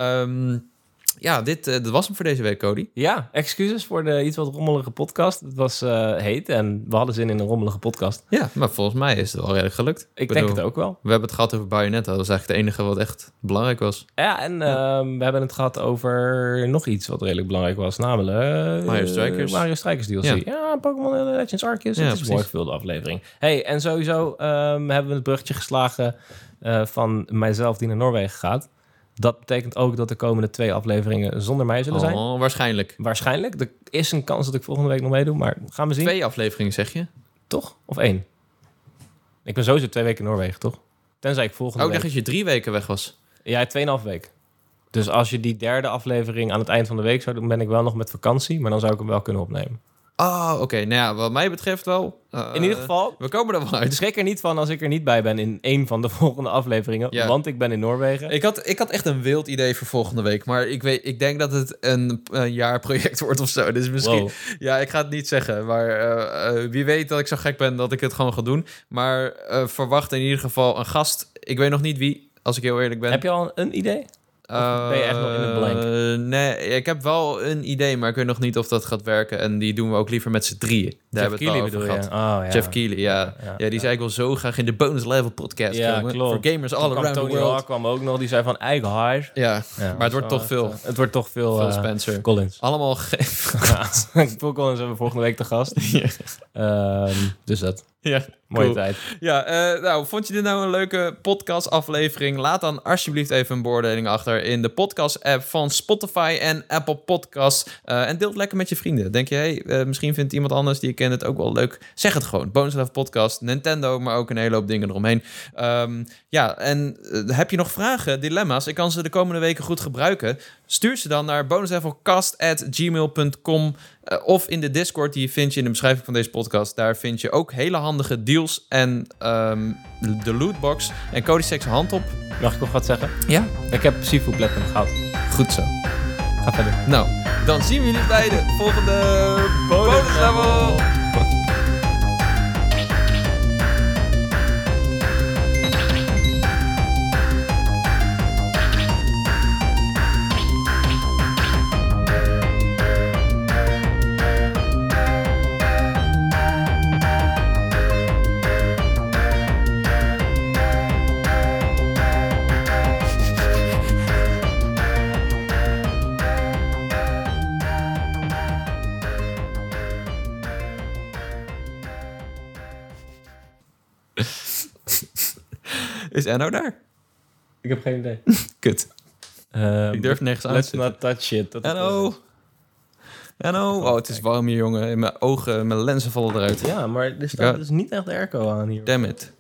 Um, Ja, dit, uh, dit was hem voor deze week, Cody. Ja, excuses voor de iets wat rommelige podcast. Het was uh, heet en we hadden zin in een rommelige podcast. Ja, maar volgens mij is het wel redelijk gelukt. Ik, ik bedoel, denk het ook wel. We hebben het gehad over Bayonetta. Dat was eigenlijk het enige wat echt belangrijk was. Ja, en ja. Uh, we hebben het gehad over nog iets wat redelijk belangrijk was. Namelijk uh, Mario Strikers. Mario Strikers D L C. Ja, ja Pokémon Legends Arceus. Ja, het is een mooi gevulde aflevering. Hey, en sowieso um, hebben we het bruggetje geslagen uh, van mijzelf die naar Noorwegen gaat. dat betekent ook dat de komende twee afleveringen zonder mij zullen zijn. Oh, waarschijnlijk. Waarschijnlijk. Er is een kans dat ik volgende week nog meedoe, maar gaan we zien. Twee afleveringen, zeg je? Toch? Of één? Ik ben sowieso twee weken in Noorwegen, toch? Tenzij ik volgende oh, week... Oh, dat je drie weken weg was. Ja, tweeënhalf week. Dus als je die derde aflevering aan het eind van de week zou doen, ben ik wel nog met vakantie, maar dan zou ik hem wel kunnen opnemen. Oh, oké. Okay. Nou ja, wat mij betreft wel. Uh, in ieder geval... We komen er wel uit. Schrik er niet van als ik er niet bij ben in één van de volgende afleveringen. Ja. Want ik ben in Noorwegen. Ik had, ik had echt een wild idee voor volgende week. Maar ik, weet, ik denk dat het een, een jaarproject wordt of zo. Dus misschien... Wow. Ja, ik ga het niet zeggen. Maar uh, uh, wie weet dat ik zo gek ben dat ik het gewoon ga doen. Maar uh, verwacht in ieder geval een gast. Ik weet nog niet wie, als ik heel eerlijk ben. Heb je al een idee? Of ben je echt nog in het blank? Uh, nee, ik heb wel een idee, maar ik weet nog niet of dat gaat werken. En die doen we ook liever met z'n drieën. Daar Jeff Keighley bedoel je? Oh, ja. Jeff Keighley, ja. Ja, ja, ja die ja. zei ik wil zo graag in de bonus level podcast ja, komen. Klopt. Voor gamers all around Tony the world. Hawk kwam ook nog, die zei van eigen huis. Ja, ja, maar het wordt toch veel. Het wordt toch veel, veel uh, Spencer. Collins. Allemaal geen... Phil Collins hebben we volgende week te gast. yeah. um, dus dat. Ja, mooie cool. tijd. Ja, uh, nou, vond je dit nou een leuke podcast-aflevering? Laat dan alsjeblieft even een beoordeling achter in de podcast-app van Spotify en Apple Podcasts. Uh, en deel het lekker met je vrienden. Denk je, hey, uh, misschien vindt iemand anders die je kent het ook wel leuk. Zeg het gewoon. Bonus Level Podcast, Nintendo, maar ook een hele hoop dingen eromheen. Um, ja, en uh, heb je nog vragen, dilemma's? Ik kan ze de komende weken goed gebruiken. Stuur ze dan naar bonuslevelcast at gmail dot com uh, of in de Discord, die vind je in de beschrijving van deze podcast. Daar vind je ook hele handige deals en um, de lootbox. En Cody steekt zijn hand op. Mag ik nog wat zeggen? Ja. Ik heb Sifu Platinum goud. Goed zo. Ga verder. Nou, dan zien we jullie bij de volgende bonus, bonus level. Is Enno daar? Ik heb geen idee. Kut. Uh, ik durf nergens aan te zitten. Let's not touch it. Dat Enno. Enno. Oh, het is warm hier, jongen. In mijn ogen, mijn lenzen vallen eruit. Ja, maar er staat ja. dus niet echt de airco aan hier. Damn it.